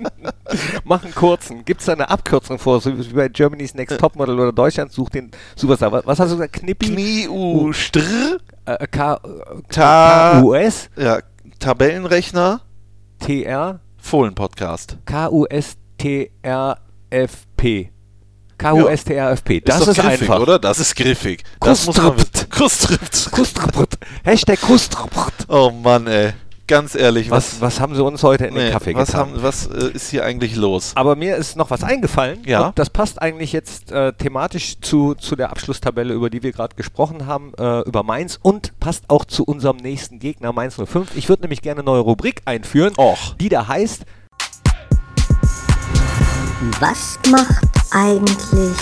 Mach einen kurzen. Gibt es da eine Abkürzung vor, so wie bei Germany's Next Topmodel oder Deutschland sucht den Superstar. Was, was hast du gesagt? Knippi? Knie U Str Äh, K, Ta- K U S ja, Tabellenrechner T R Fohlen Podcast. K U S T R F P. K U S T R F P. Das doch ist, griffig, einfach. oder? Das ist griffig. Das muss man wissen. Kustript. Kustript. Kustript. Hashtag Kustript. Oh Mann, ey. Ganz ehrlich, Was, was haben sie uns heute in den nee, Kaffee was, getan? haben, was äh, ist hier eigentlich los? Aber mir ist noch was eingefallen. Ja. Und das passt eigentlich jetzt äh, thematisch zu, zu der Abschlusstabelle, über die wir gerade gesprochen haben, äh, über Mainz und passt auch zu unserem nächsten Gegner, Mainz null fünf. Ich würde nämlich gerne eine neue Rubrik einführen, Och. die da heißt Was macht eigentlich?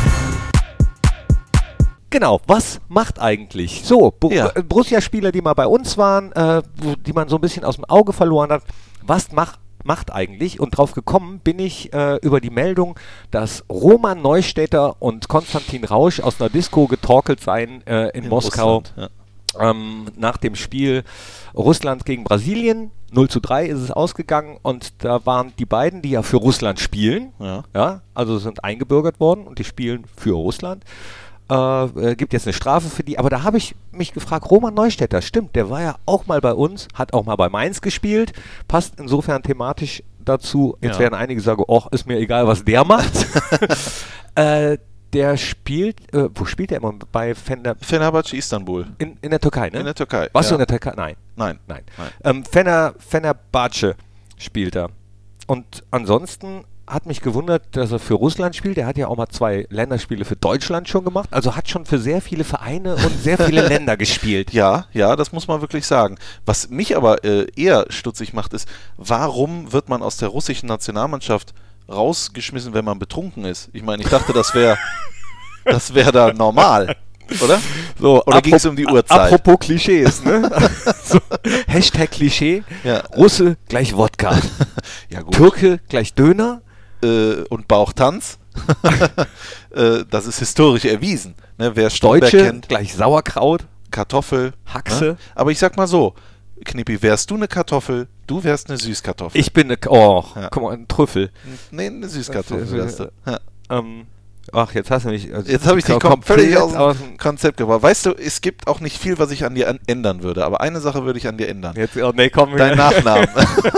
Genau, was macht eigentlich? So, Bo Ja. äh, Borussia-Spieler, die mal bei uns waren, äh, wo- die man so ein bisschen aus dem Auge verloren hat. Was macht macht eigentlich? Und drauf gekommen bin ich äh, über die Meldung, dass Roman Neustädter und Konstantin Rausch aus einer Disco getorkelt seien äh, in, In Moskau. Russland, ja. ähm, nach dem Spiel Russland gegen Brasilien. null zu drei ist es ausgegangen und da waren die beiden, die ja für Russland spielen, Ja. ja, also sind eingebürgert worden und die spielen für Russland. Äh, äh, gibt jetzt eine Strafe für die, aber da habe ich mich gefragt, Roman Neustädter, stimmt, der war ja auch mal bei uns, hat auch mal bei Mainz gespielt, passt insofern thematisch dazu. Jetzt Ja. werden einige sagen, oh, ist mir egal, was der macht. äh, der spielt, äh, wo spielt der immer? Bei Fener, Fenerbahce Istanbul. in, in der Türkei, ne? In der Türkei. Warst du ja. in der Türkei? Nein. Nein. Nein. Nein. Ähm, Fener, Fenerbahce spielt er. Und ansonsten hat mich gewundert, dass er für Russland spielt. Er hat ja auch mal zwei Länderspiele für Deutschland schon gemacht. Also hat schon für sehr viele Vereine und sehr viele Länder gespielt. Ja, ja, das muss man wirklich sagen. Was mich aber äh, eher stutzig macht, ist, warum wird man aus der russischen Nationalmannschaft rausgeschmissen, wenn man betrunken ist? Ich meine, ich dachte, das wäre das wäre da normal, oder? So, Oder ging es um die Uhrzeit? Apropos Klischees, ne? so, Hashtag Klischee. Ja. Russe gleich Wodka. Ja, gut. Türke gleich Döner. Äh, und Bauchtanz. äh, das ist historisch erwiesen. Ne? Wer Stromberg Deutsche kennt, gleich Sauerkraut. Kartoffel. Haxe. Ne? Aber ich sag mal so, Knippi, wärst du eine Kartoffel, du wärst eine Süßkartoffel. Ich bin eine, oh, Ja. guck mal, ein Trüffel. Nee, eine Süßkartoffel Das- wärst du. Ja. Ähm, ach, jetzt hast du mich. Also Jetzt habe ich dich kom- kom völlig aus aus dem Konzept gebracht. Weißt du, es gibt auch nicht viel, was ich an dir an ändern würde, aber eine Sache würde ich an dir ändern. Jetzt, oh, nee, komm, Dein Nachnamen.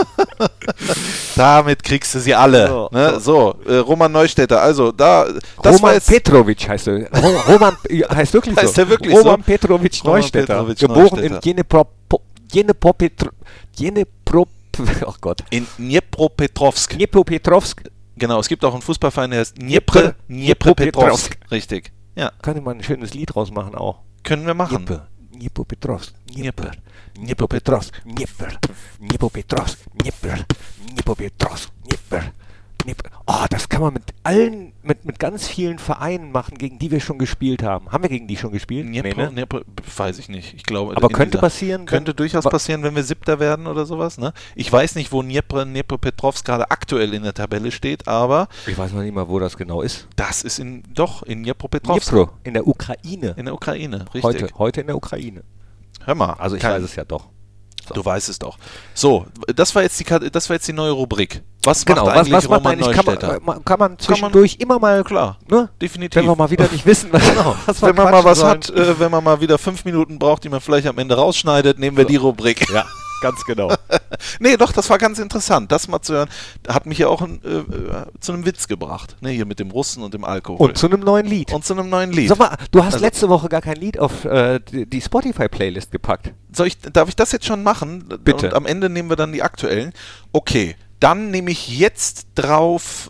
Damit kriegst du sie alle. So. Ne? So, äh, Roman Neustädter, also da, das war Roman jetzt... Petrovic heißt er. Ro- Roman ja, heißt wirklich Heißt so. er wirklich Roman so? Petrovic Roman Neustädter. Petrovic Geboren Neustädter. in Dnipro, Dnipro, Petro, Dnipro, oh Gott, In Dnipropetrovsk. Dnipropetrovsk. Genau, es gibt auch einen Fußballverein, der heißt Dnipro, Dnipropetrovsk. Richtig. Ja, Könnte man ein schönes Lied draus machen auch. können wir machen. Dnipro, Dnipropetrovsk, Dnipro, Dnipropetrovsk, Dnipro, Dnipropetrovsk, Dnipro, Dnipropetrovsk, Dnipro, Dnipro. Oh, das kann man mit allen, mit, mit ganz vielen Vereinen machen, gegen die wir schon gespielt haben. Haben wir gegen die schon gespielt? Dnipro, Nee, ne? Dnipro, weiß ich nicht. Ich glaube, Aber in könnte dieser- passieren, Könnte wenn- durchaus wa- passieren, wenn wir Siebter werden oder sowas. Ne? Ich weiß nicht, wo Dnipro, Dnipropetrovsk gerade aktuell in der Tabelle steht, aber Ich weiß noch nicht mal, wo das genau ist. das ist in doch in Dnipropetrovsk. Dnipro, in der Ukraine. In der Ukraine, richtig. Heute, heute in der Ukraine. Hör mal. Also ich kein- weiß es ja doch. Du weißt es doch. So, das war jetzt die Kat- das war jetzt die neue Rubrik. Was Genau, macht was, eigentlich was macht Roman eigentlich, kann Neustädter? man, äh, kann man zwischendurch immer mal, Klar, ne? definitiv. Wenn wir mal wieder nicht wissen, was, was wir Wenn man mal quatschen was sollen. hat, äh, wenn man mal wieder fünf Minuten braucht, die man vielleicht am Ende rausschneidet, nehmen wir die Rubrik. Ja, ganz genau. Nee, doch, das war ganz interessant, das mal zu hören. Hat mich ja auch ein, äh, äh, zu einem Witz gebracht, ne, hier mit dem Russen und dem Alkohol. Und zu einem neuen Lied. Und zu einem neuen Lied. Sag mal, du hast Also- letzte Woche gar kein Lied auf äh, die, die Spotify-Playlist gepackt. Soll ich, darf ich das jetzt schon machen? Bitte. Und am Ende nehmen wir dann die aktuellen. Okay, dann nehme ich jetzt drauf.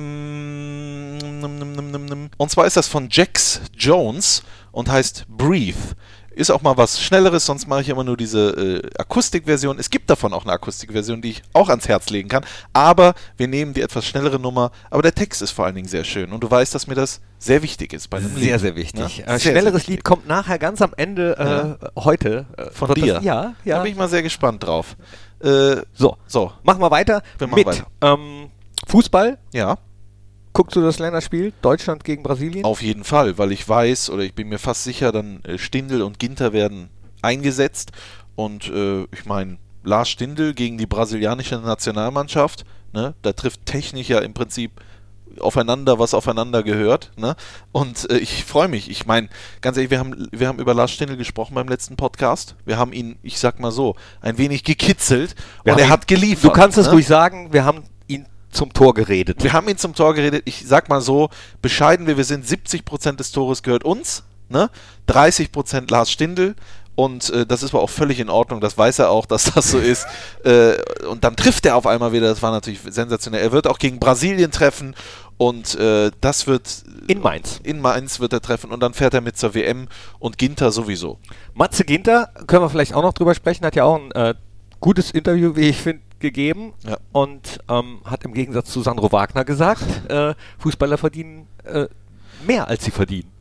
Ähm, nimm, nimm, nimm, nimm, nimm. Und zwar ist das von Jax Jones und heißt Breathe. Ist auch mal was Schnelleres, sonst mache ich immer nur diese äh, Akustikversion. Es gibt davon auch eine Akustikversion, die ich auch ans Herz legen kann. Aber wir nehmen die etwas schnellere Nummer. Aber der Text ist vor allen Dingen sehr schön. Und du weißt, dass mir das sehr wichtig ist bei einem Lied. Sehr, sehr wichtig. Ja? Äh, Sehr, sehr schnelleres wichtig. Lied kommt nachher ganz am Ende äh, heute. Äh, Von wird dir. Das, ja, Da ja. bin ich mal sehr gespannt drauf. Äh, So, so, machen wir weiter Wir machen mit weiter. Ähm, Fußball. ja. Guckst du das Länderspiel? Deutschland gegen Brasilien? Auf jeden Fall, weil ich weiß oder ich bin mir fast sicher, dann äh, Stindl und Ginter werden eingesetzt und äh, ich meine, Lars Stindl gegen die brasilianische Nationalmannschaft, ne, da trifft technisch ja im Prinzip aufeinander, was aufeinander gehört, ne? Und äh, ich freue mich. Ich meine, ganz ehrlich, wir haben, wir haben über Lars Stindl gesprochen beim letzten Podcast. Wir haben ihn, ich sag mal so, ein wenig gekitzelt Wir und haben er ihn- hat geliefert. Du kannst es ne? ruhig sagen, wir haben ihn zum Tor geredet. Wir haben ihn zum Tor geredet. Ich sag mal so, bescheiden wie wir sind, siebzig Prozent des Tores gehört uns, ne? dreißig Prozent Lars Stindl. Und äh, das ist aber auch völlig in Ordnung, das weiß er auch, dass das so ist. Äh, und dann trifft er auf einmal wieder, das war natürlich sensationell. Er wird auch gegen Brasilien treffen und äh, das wird... In Mainz. In Mainz wird er treffen und dann fährt er mit zur W M und Ginter sowieso. Matze Ginter, können wir vielleicht auch noch drüber sprechen, hat ja auch ein äh, gutes Interview, wie ich finde, gegeben Ja. und ähm, hat im Gegensatz zu Sandro Wagner gesagt, äh, Fußballer verdienen äh, mehr, als sie verdienen.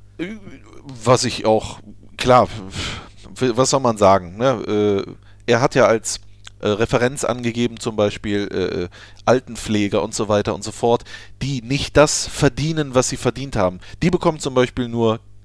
Was ich auch, klar, was soll man sagen? Ne? Äh, er hat ja als äh, Referenz angegeben, zum Beispiel äh, Altenpfleger und so weiter und so fort, die nicht das verdienen, was sie verdient haben. Die bekommen zum Beispiel nur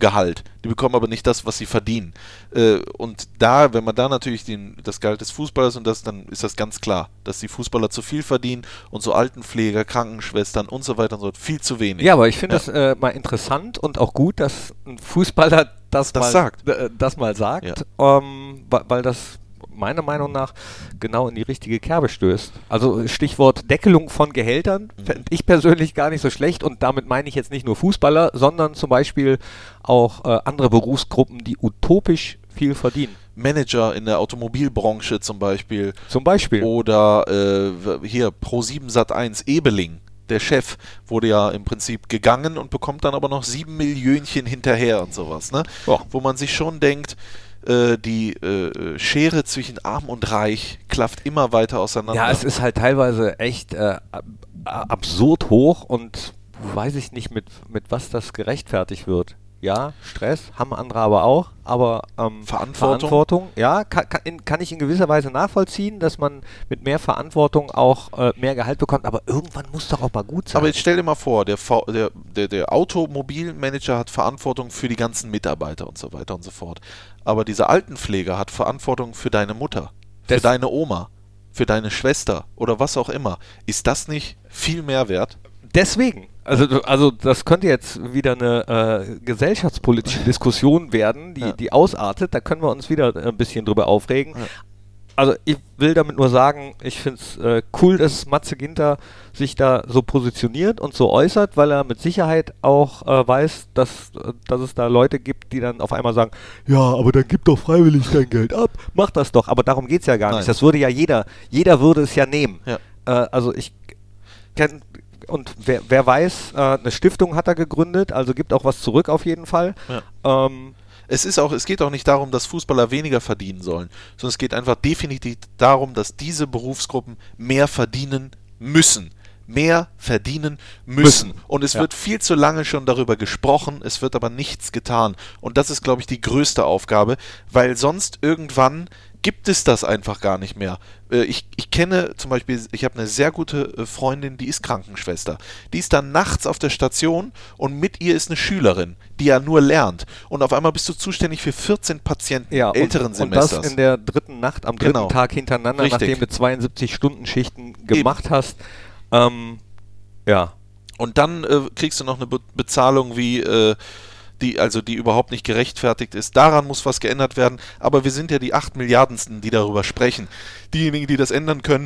Gehalt. Die bekommen aber nicht das, was sie verdienen. Äh, und da, wenn man da natürlich den, das Gehalt des Fußballers und das, dann ist das ganz klar, dass die Fußballer zu viel verdienen und so Altenpfleger, Krankenschwestern und so weiter und so fort viel zu wenig. Ja, aber ich finde Ja. es äh, mal interessant und auch gut, dass ein Fußballer das, Das mal sagt. äh, das mal sagt, Ja. ähm, weil, weil das meiner Meinung nach genau in die richtige Kerbe stößt. Also Stichwort Deckelung von Gehältern Mhm. fände ich persönlich gar nicht so schlecht und damit meine ich jetzt nicht nur Fußballer, sondern zum Beispiel auch äh, andere Berufsgruppen, die utopisch viel verdienen. Manager in der Automobilbranche zum Beispiel. Zum Beispiel. Oder äh, hier Pro sieben Sat eins Ebeling. Der Chef wurde ja im Prinzip gegangen und bekommt dann aber noch sieben Millionchen hinterher und sowas, ne? Ja. Wo man sich schon denkt, äh, die äh, Schere zwischen Arm und Reich klafft immer weiter auseinander. Ja, es ist halt teilweise echt äh, ab- absurd hoch und weiß ich nicht, mit, mit was das gerechtfertigt wird. Ja, Stress, haben andere aber auch, aber ähm, Verantwortung. Verantwortung, ja, kann, kann, in, kann ich in gewisser Weise nachvollziehen, dass man mit mehr Verantwortung auch äh, mehr Gehalt bekommt, aber irgendwann muss doch auch mal gut sein. Aber jetzt stell dir mal vor, der, V- der, der, der Automobilmanager hat Verantwortung für die ganzen Mitarbeiter und so weiter und so fort. Aber dieser Altenpfleger hat Verantwortung für deine Mutter, für Das- deine Oma, für deine Schwester oder was auch immer. Ist das nicht viel mehr wert? Deswegen, also, du- also das könnte jetzt wieder eine äh, gesellschaftspolitische Diskussion werden, die, Ja. die ausartet, da können wir uns wieder ein bisschen drüber aufregen. Ja. Also ich will damit nur sagen, ich finde es äh, cool, dass Matze Ginter sich da so positioniert und so äußert, weil er mit Sicherheit auch äh, weiß, dass, äh, dass es da Leute gibt, die dann auf einmal sagen, ja, aber dann gib doch freiwillig dein Geld ab, mach das doch. Aber darum geht es ja gar Nein. nicht. Das würde ja jeder, jeder würde es ja nehmen. Ja. Äh, also ich kenne, und wer, wer weiß, äh, eine Stiftung hat er gegründet, also gibt auch was zurück auf jeden Fall. Ja. Ähm, Es ist auch, es geht auch nicht darum, dass Fußballer weniger verdienen sollen, sondern es geht einfach definitiv darum, dass diese Berufsgruppen mehr verdienen müssen. Mehr verdienen müssen. Müssen. Und es Ja. wird viel zu lange schon darüber gesprochen, es wird aber nichts getan. Und das ist, glaube ich, die größte Aufgabe, weil sonst irgendwann gibt es das einfach gar nicht mehr. Äh, Ich, ich kenne zum Beispiel, ich habe eine sehr gute äh, Freundin, die ist Krankenschwester. Die ist dann nachts auf der Station und mit ihr ist eine Schülerin, die ja nur lernt. Und auf einmal bist du zuständig für vierzehn Patienten Ja, älteren und, Semesters. Und das in der dritten Nacht, am dritten Genau. Tag hintereinander, Richtig. nachdem du zweiundsiebzig Stunden Schichten gemacht hast. Ähm, ja. Und dann äh, kriegst du noch eine Be Bezahlung wie, äh, die, also die überhaupt nicht gerechtfertigt ist. Daran muss was geändert werden. Aber wir sind ja die acht Milliardensten, die darüber sprechen. Diejenigen, die das ändern können.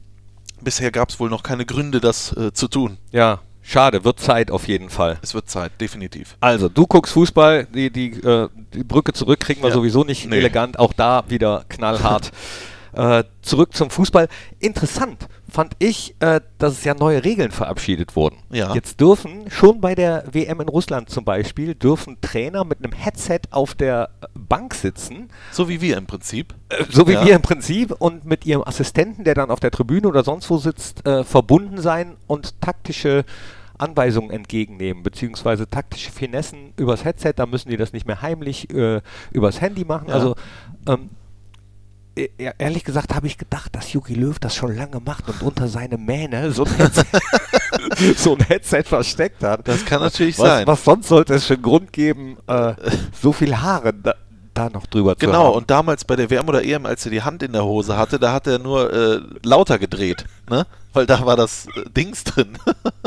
Bisher gab es wohl noch keine Gründe, das äh, zu tun. Ja, schade, wird Zeit auf jeden Fall. Es wird Zeit, definitiv. Also, du guckst Fußball, die, die, äh, die Brücke zurück kriegen wir Ja. sowieso nicht Nee. elegant, auch da wieder knallhart. äh, zurück zum Fußball. Interessant fand ich, äh, dass es ja neue Regeln verabschiedet wurden. Ja. Jetzt dürfen, schon bei der W M in Russland zum Beispiel, dürfen Trainer mit einem Headset auf der äh, Bank sitzen, So wie wir im Prinzip. äh, so wie Ja. wir im Prinzip, und mit ihrem Assistenten, der dann auf der Tribüne oder sonst wo sitzt, äh, verbunden sein und taktische Anweisungen entgegennehmen, beziehungsweise taktische Finessen übers Headset, da müssen die das nicht mehr heimlich äh, übers Handy machen. Ja. Also ähm, e- e- ehrlich gesagt habe ich gedacht, dass Jogi Löw das schon lange macht und unter seine Mähne so ein Headset, so ein Headset versteckt hat. Das kann natürlich was, sein. Was sonst sollte es für einen Grund geben, äh, so viel Haare da, da noch drüber zu haben. Genau, und damals bei der W M oder E M, als er die Hand in der Hose hatte, da hat er nur äh, lauter gedreht, ne? Weil da war das äh, Dings drin.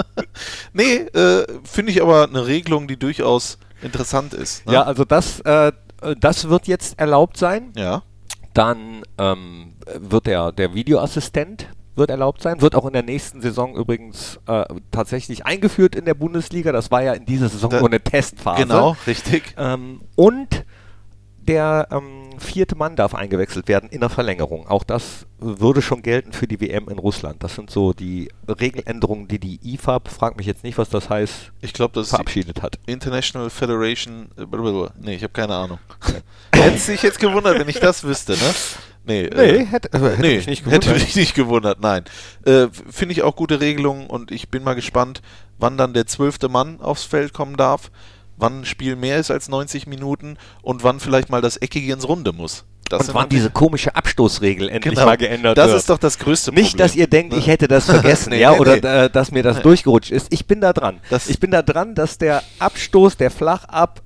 Nee, äh, finde ich aber eine Regelung, die durchaus interessant ist. Ne? Ja, also das, äh, das wird jetzt erlaubt sein. Ja. Dann ähm, wird der, der Videoassistent wird erlaubt sein, wird auch in der nächsten Saison übrigens äh, tatsächlich eingeführt in der Bundesliga. Das war ja in dieser Saison Da- nur eine Testphase. Genau, richtig. Ähm, und der ähm, vierte Mann darf eingewechselt werden in der Verlängerung. Auch das würde schon gelten für die W M in Russland. Das sind so die Regeländerungen, die die I F A B, frag mich jetzt nicht, was das heißt, Ich glaube, das ist verabschiedet hat. die International Federation. Äh, blablabla. Nee, ich habe keine Ahnung. Hätte sich jetzt gewundert, wenn ich das wüsste, ne? Nee, Nee, äh, hätte, äh, hätte nee, mich nicht hätte gewundert. mich nicht gewundert, nein. Äh, Finde ich auch gute Regelungen und ich bin mal gespannt, wann dann der zwölfte Mann aufs Feld kommen darf, wann ein Spiel mehr ist als neunzig Minuten und wann vielleicht mal das Eckige ins Runde muss. Das Und sind wann natürlich- diese komische Abstoßregel endlich Genau, mal geändert das wird. ist doch das größte Problem. Nicht, dass ihr denkt, ne? ich hätte das vergessen, Nee, ja, nee, oder nee. Äh, dass mir das Nee. durchgerutscht ist. Ich bin da dran. Das- ich bin da dran, dass der Abstoß, der Flachabstoß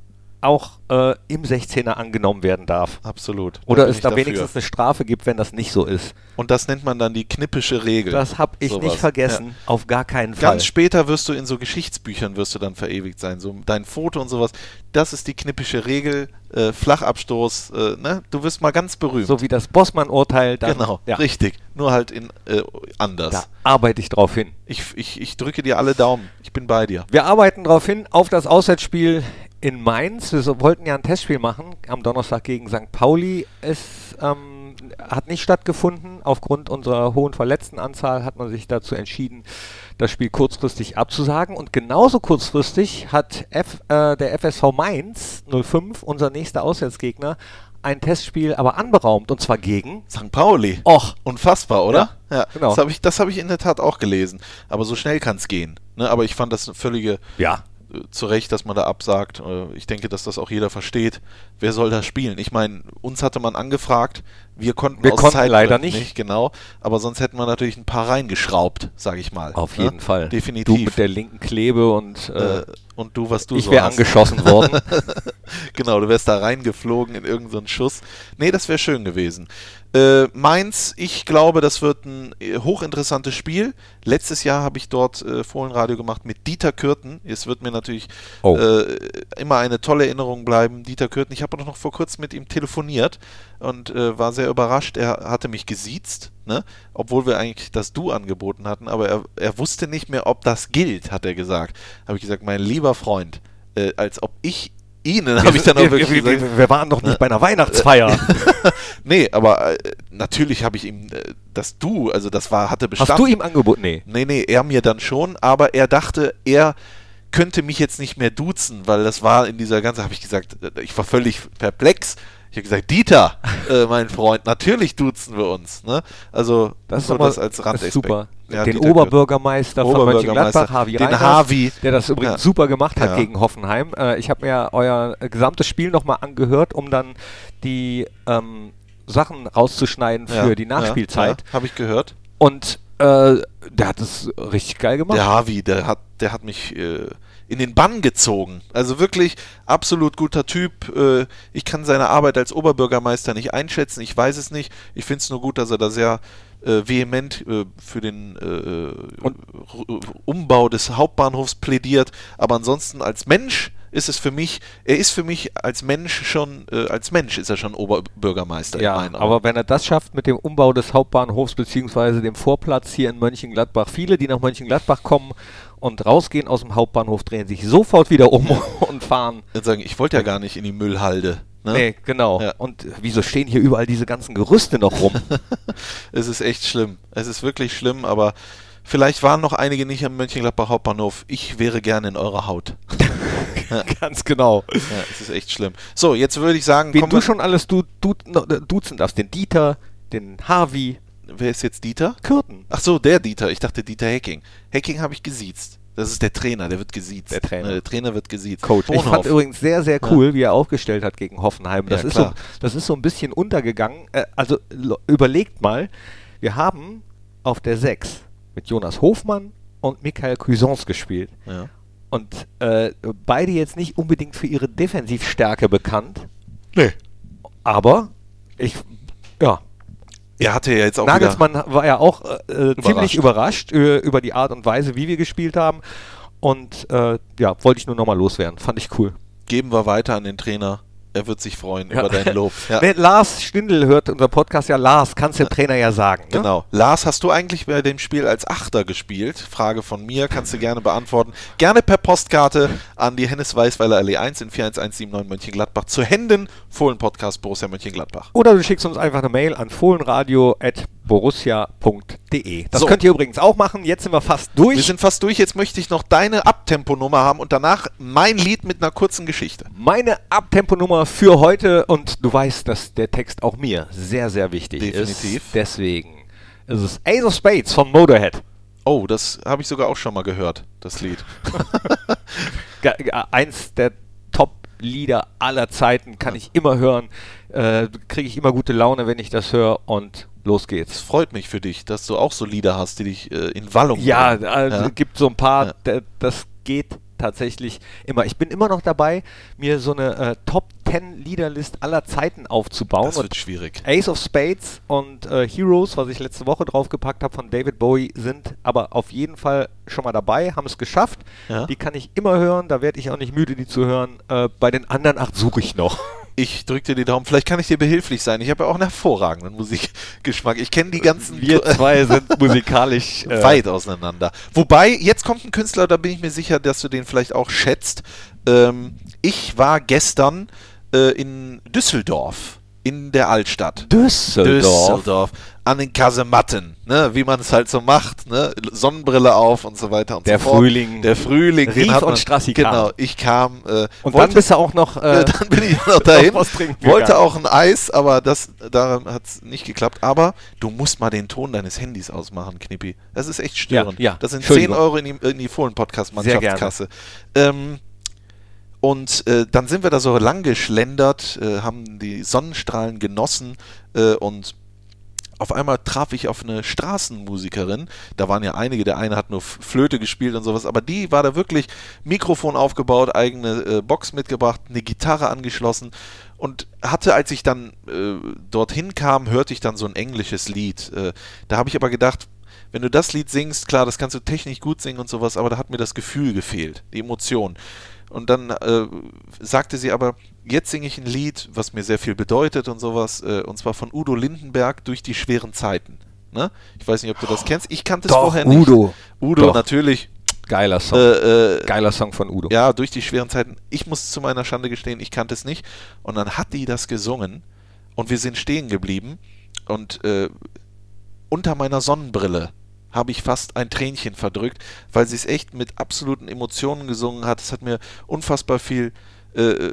auch äh, im sechzehner angenommen werden darf. Absolut. Oder bin es ich da dafür. wenigstens eine Strafe gibt, wenn das nicht so ist. Und das nennt man dann die knippische Regel. Das habe ich Sowas. nicht vergessen. Ja. Auf gar keinen Fall. Ganz später wirst du in so Geschichtsbüchern wirst du dann verewigt sein. So dein Foto und sowas. Das ist die knippische Regel. Äh, Flachabstoß. Äh, ne? Du wirst mal ganz berühmt. So wie das Bossmann-Urteil. Dann, Genau, ja, richtig. Nur halt in äh, anders. da arbeite ich drauf hin. Ich, ich, ich drücke dir alle Daumen. Ich bin bei dir. Wir arbeiten darauf hin auf das Auswärtsspiel in Mainz. Wir so, wollten ja ein Testspiel machen am Donnerstag gegen Sankt Pauli. Es ähm, hat nicht stattgefunden. Aufgrund unserer hohen Verletztenanzahl hat man sich dazu entschieden, das Spiel kurzfristig abzusagen. Und genauso kurzfristig hat F, äh, der F S V Mainz null fünf, unser nächster Auswärtsgegner, ein Testspiel aber anberaumt. Und zwar gegen... Sankt Pauli. Och, Unfassbar, oder? Ja, genau. Das habe ich, das hab ich in der Tat auch gelesen. Aber so schnell kann es gehen. Ne? Aber ich fand das eine völlige... ja. Zu Recht, dass man da absagt. Ich denke, dass das auch jeder versteht. Wer soll da spielen? Ich meine, uns hatte man angefragt, wir konnten Wir aus konnten Zeitgründen leider nicht. Genau, aber sonst hätten wir natürlich ein paar reingeschraubt, sage ich mal. Auf ne? jeden Fall. Definitiv. Du mit der linken Klebe und äh, äh, und du, was du ich so wäre hast. angeschossen worden. Genau, du wärst da reingeflogen in irgendeinen so einen Schuss. Nee, das wäre schön gewesen. Äh, Mainz, ich glaube, das wird ein äh, hochinteressantes Spiel. Letztes Jahr habe ich dort äh, Fohlenradio gemacht mit Dieter Kürten. Es wird mir natürlich Oh. äh, immer eine tolle Erinnerung bleiben. Dieter Kürten, ich habe auch noch vor kurzem mit ihm telefoniert und äh, war sehr überrascht. Er hatte mich gesiezt, ne? Obwohl wir eigentlich das Du angeboten hatten, aber er, er wusste nicht mehr, ob das gilt, hat er gesagt. Habe ich gesagt, mein lieber Freund, äh, als ob ich Ihnen, habe ich dann auch wir, wirklich wir, gesagt. wir, wir waren doch nicht bei einer Weihnachtsfeier. Nee, aber äh, natürlich habe ich ihm äh, das Du, also das war, hatte Bestand. Hast du ihm angeboten? Nee. Nee, nee, er mir dann schon, aber er dachte, er könnte mich jetzt nicht mehr duzen, weil das war in dieser ganzen, habe ich gesagt, äh, ich war völlig perplex. Ich habe gesagt, Dieter, äh, mein Freund, natürlich duzen wir uns. Ne? Also Das ist nur aber das als das Randaspekt. ist super. Ja, den Dieter Oberbürgermeister von Oberbürgermeister, Mönchengladbach, Harvey den Reiners, Harvey. der das übrigens Ja. super gemacht hat Ja. gegen Hoffenheim. Äh, ich habe mir euer äh, gesamtes Spiel nochmal angehört, um dann die ähm, Sachen rauszuschneiden für Ja, die Nachspielzeit. Ja, ja, habe ich gehört. Und äh, der hat es richtig geil gemacht. Der Harvey, der hat, der hat mich äh, in den Bann gezogen. Also wirklich absolut guter Typ. Äh, ich kann seine Arbeit als Oberbürgermeister nicht einschätzen. Ich weiß es nicht. Ich finde es nur gut, dass er da sehr äh, vehement äh, für den äh, Und- R- Umbau des Hauptbahnhofs plädiert. Aber ansonsten als Mensch ist es für mich, er ist für mich als Mensch schon, äh, als Mensch ist er schon Oberbürgermeister in Ja, meinen Augen. aber wenn er das schafft mit dem Umbau des Hauptbahnhofs beziehungsweise dem Vorplatz hier in Mönchengladbach, viele, die nach Mönchengladbach kommen und rausgehen aus dem Hauptbahnhof, drehen sich sofort wieder um und fahren. Dann sagen, ich wollte ja gar nicht in die Müllhalde. Ne? Nee, genau. Ja. Und wieso stehen hier überall diese ganzen Gerüste noch rum? Es ist echt schlimm. Es ist wirklich schlimm, aber vielleicht waren noch einige nicht am Mönchengladbach Hauptbahnhof. Ich wäre gerne in eurer Haut. Ganz genau. Ja, es ist echt schlimm. So, jetzt würde ich sagen, Wen kommen du wir- schon alles du, du, no, duzen darfst. Den Dieter, den Harvey, wer ist jetzt Dieter? Kürten. Ach so, der Dieter. Ich dachte Dieter Hecking. Hecking habe ich gesiezt. Das ist der Trainer, der wird gesiezt. Der Trainer. Ne, der Trainer wird gesiezt. Coach. Ich Bonhoff. fand übrigens sehr, sehr cool, wie er aufgestellt hat gegen Hoffenheim. Das, Ja, ist, so, klar. das ist so ein bisschen untergegangen. Äh, also lo- überlegt mal, wir haben auf der sechs mit Jonas Hofmann und Michael Cuisance gespielt. Ja. Und äh, beide jetzt nicht unbedingt für ihre Defensivstärke bekannt. Nee. Aber ich, ja, Er hatte ja jetzt auch Nagelsmann war ja auch äh, ziemlich Überrascht. überrascht äh, über die Art und Weise, wie wir gespielt haben. Und äh, ja, wollte ich nur nochmal loswerden. Fand ich cool. wieder, geben wir weiter an den Trainer. Er wird sich freuen Ja. über dein Lob. Ja. Ne, Lars Stindl hört unser Podcast ja. Lars, kannst dem Trainer ja sagen. Ne? Genau. Lars, hast du eigentlich bei dem Spiel als Achter gespielt? Frage von mir, kannst du gerne beantworten. Gerne per Postkarte an die Hennes-Weißweiler Allee eins in vier eins eins sieben neun Mönchengladbach. Zu Händen Fohlen-Podcast Borussia Mönchengladbach. Oder du schickst uns einfach eine Mail an fohlenradio at borussia punkt de. Das So. könnt ihr übrigens auch machen. Jetzt sind wir fast durch. Wir sind fast durch. Jetzt möchte ich noch deine Abtemponummer haben und danach mein Lied mit einer kurzen Geschichte. Meine Abtemponummer für heute, und du weißt, dass der Text auch mir sehr, sehr wichtig Definitiv. ist. Deswegen ist es Ace of Spades von Motorhead. Oh, das habe ich sogar auch schon mal gehört, das Lied. Ge- ge- Eins der Top-Lieder aller Zeiten, kann ich immer hören. Äh, Kriege ich immer gute Laune, wenn ich das höre, und los Es geht's. freut mich für dich, dass du auch so Lieder hast, die dich äh, in Wallung Ja, bringen. äh, Ja. gibt so ein paar, Ja. d- das geht tatsächlich immer. Ich bin immer noch dabei, mir so eine äh, Top zehn Liederlist aller Zeiten aufzubauen. Das wird und schwierig. Ace of Spades und äh, Heroes, was ich letzte Woche draufgepackt habe von David Bowie, sind aber auf jeden Fall schon mal dabei, haben es geschafft. Ja. Die kann ich immer hören, da werde ich auch nicht müde, die zu hören. Äh, bei den anderen acht suche ich noch. Ich drücke dir die Daumen. Vielleicht kann ich dir behilflich sein. Ich habe ja auch einen hervorragenden Musikgeschmack. Ich kenne die ganzen... Wir zwei sind musikalisch äh, weit auseinander. Wobei, jetzt kommt ein Künstler, da bin ich mir sicher, dass du den vielleicht auch schätzt. Ähm, ich war gestern äh, in Düsseldorf, in der Altstadt. Düsseldorf. Düsseldorf. An den Kasematten, ne, wie man es halt so macht, ne, Sonnenbrille auf und so weiter und der so fort. Frühling. Der Frühling. Rief den hat und man, Strassi Genau, kam. ich kam. Äh, und wollte, dann bist du auch noch... Äh, äh, dann bin ich noch dahin, was trinken wollte gegangen. auch ein Eis, aber das, daran hat es nicht geklappt. Aber du musst mal den Ton deines Handys ausmachen, Knippi. Das ist echt störend. Ja, ja. Das sind zehn Euro in die, in die Fohlen-Podcast-Mannschaftskasse. Ähm, Und äh, dann sind wir da so lang geschlendert, äh, haben die Sonnenstrahlen genossen äh, und auf einmal traf ich auf eine Straßenmusikerin. Da waren ja einige, der eine hat nur Flöte gespielt und sowas, aber die war da wirklich Mikrofon aufgebaut, eigene äh, Box mitgebracht, eine Gitarre angeschlossen und hatte, als ich dann äh, dorthin kam, hörte ich dann so ein englisches Lied. Äh, da habe ich aber gedacht, wenn du das Lied singst, klar, das kannst du technisch gut singen und sowas, aber da hat mir das Gefühl gefehlt, die Emotion. Und dann äh, sagte sie aber, jetzt singe ich ein Lied, was mir sehr viel bedeutet und sowas, äh, und zwar von Udo Lindenberg, Durch die schweren Zeiten. Ne? Ich weiß nicht, ob du das kennst. Ich kannte es Doch, vorher nicht. Udo. Udo, Doch. natürlich. Geiler Song. Äh, äh, Geiler Song von Udo. Ja, Durch die schweren Zeiten. Ich muss zu meiner Schande gestehen, ich kannte es nicht. Und dann hat die das gesungen und wir sind stehen geblieben und äh, unter meiner Sonnenbrille habe ich fast ein Tränchen verdrückt, weil sie es echt mit absoluten Emotionen gesungen hat. Es hat mir unfassbar viel... Äh,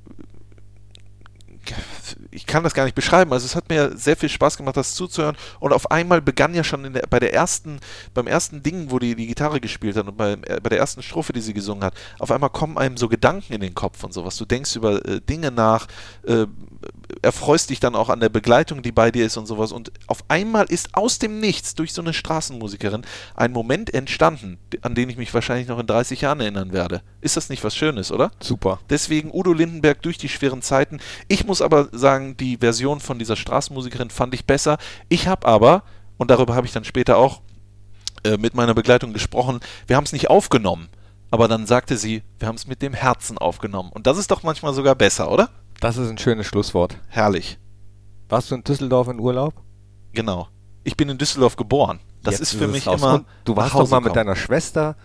ich kann das gar nicht beschreiben, also es hat mir sehr viel Spaß gemacht, das zuzuhören und auf einmal begann ja schon in der, bei der ersten, beim ersten Ding, wo die die Gitarre gespielt hat und bei, äh, bei der ersten Strophe, die sie gesungen hat, auf einmal kommen einem so Gedanken in den Kopf und sowas, du denkst über äh, Dinge nach, äh, erfreust dich dann auch an der Begleitung, die bei dir ist und sowas und auf einmal ist aus dem Nichts durch so eine Straßenmusikerin ein Moment entstanden, an den ich mich wahrscheinlich noch in dreißig Jahren erinnern werde. Ist das nicht was Schönes, oder? Super. Deswegen Udo Lindenberg, Durch die schweren Zeiten. Ich muss aber sagen, die Version von dieser Straßenmusikerin fand ich besser. Ich habe aber, und darüber habe ich dann später auch äh, mit meiner Begleitung gesprochen, wir haben es nicht aufgenommen. Aber dann sagte sie, wir haben es mit dem Herzen aufgenommen. Und das ist doch manchmal sogar besser, oder? Das ist ein schönes Schlusswort. Herrlich. Warst du in Düsseldorf in Urlaub? Genau. Ich bin in Düsseldorf geboren. Das Jetzt ist für ist mich raus. immer. Und du warst nach Hause doch mal mit kommen. deiner Schwester.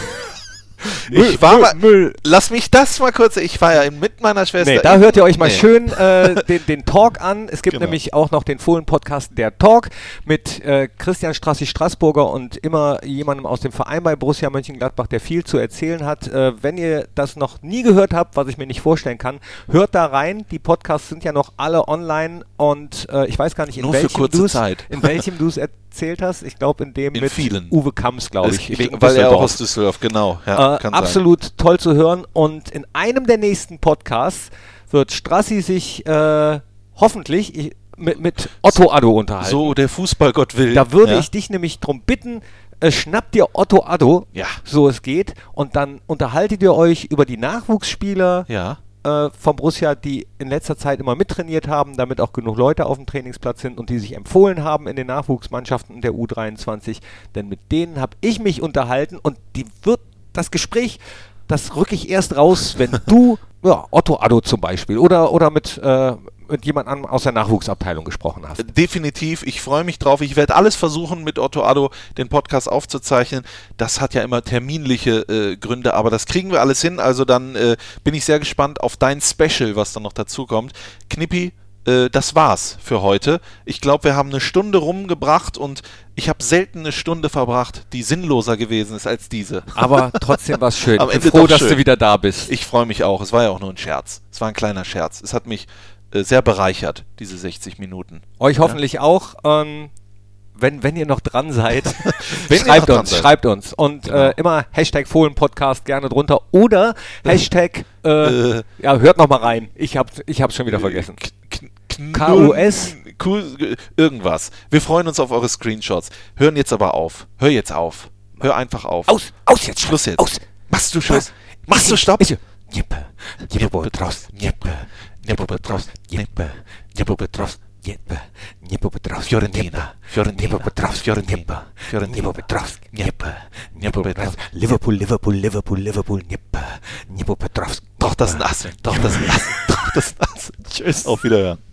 Ich war Müll, mal, Müll. Lass mich das mal kurz. Ich war ja mit meiner Schwester. Nee, da hört ihr euch mal Nee. schön äh, den, den Talk an. Es gibt Genau. nämlich auch noch den Fohlen-Podcast Der Talk mit äh, Christian Strassi-Straßburger und immer jemandem aus dem Verein bei Borussia Mönchengladbach, der viel zu erzählen hat. Äh, wenn ihr das noch nie gehört habt, was ich mir nicht vorstellen kann, hört da rein. Die Podcasts sind ja noch alle online und äh, ich weiß gar nicht, in Nur für welchem kurze du's- Zeit. in welchem du es erzählt hast. Ich glaube, in dem In mit vielen. Uwe Kamps, glaube Es- ich. ich wegen weil er auch Düsseldorf. aus Düsseldorf, genau. Ja, Äh, kann absolut toll zu hören. Und in einem der nächsten Podcasts wird Strassi sich äh, hoffentlich ich, mit, mit Otto Addo sein. unterhalten. So der Fußballgott will. Da würde ja? ich dich nämlich drum bitten, äh, schnapp dir Otto Addo, Ja. so es geht, und dann unterhaltet ihr euch über die Nachwuchsspieler Ja. äh, vom Borussia, die in letzter Zeit immer mittrainiert haben, damit auch genug Leute auf dem Trainingsplatz sind und die sich empfohlen haben in den Nachwuchsmannschaften der U dreiundzwanzig. Denn mit denen habe ich mich unterhalten und die wird das Gespräch, das rücke ich erst raus, wenn du, ja, Otto Addo zum Beispiel, oder, oder mit, äh, mit jemand anderem aus der Nachwuchsabteilung gesprochen hast. Definitiv, ich freue mich drauf. Ich werde alles versuchen, mit Otto Addo den Podcast aufzuzeichnen. Das hat ja immer terminliche äh, Gründe, aber das kriegen wir alles hin. Also dann äh, bin ich sehr gespannt auf dein Special, was dann noch dazu kommt. Knippi, äh, das war's für heute. Ich glaube, wir haben eine Stunde rumgebracht und ich habe selten eine Stunde verbracht, die sinnloser gewesen ist als diese. Aber trotzdem war es schön. Am Ich bin Ende froh, doch dass schön. du wieder da bist. Ich freue mich auch. Es war ja auch nur ein Scherz. Es war ein kleiner Scherz. Es hat mich äh, sehr bereichert, diese sechzig Minuten. Euch hoffentlich auch. Ähm, wenn, wenn ihr noch dran seid, Wenn ihr noch schreibt dran uns, seid. schreibt uns. Und Genau. äh, immer Hashtag Fohlen-Podcast gerne drunter oder Hashtag, äh, Äh. ja, hört noch mal rein. Ich hab, ich hab's schon wieder vergessen. K- K U S? Q- Irgendwas. Wir freuen uns auf eure Screenshots. Hören jetzt aber auf. Hör jetzt auf. Hör einfach auf. Aus, aus jetzt, Schluss jetzt. Aus. Machst du Schluss? Machst du Stopp? Dnieper, Dniepropetrovsk, Dnieper, Dniepropetrovsk, Dnieper, Dniepropetrovsk, Dnieper, Dniepropetrovsk, Fiorentina, Fiorentina, Dniepropetrovsk, Fiorentina, Fiorentina, Dniepropetrovsk, Dnieper, Dniepropetrovsk, Liverpool, Liverpool, Liverpool, Liverpool, Dnieper, Dniepropetrovsk. Doch das Nass, doch das Nass, doch das Nass. Tschüss. Auf Wiederhören.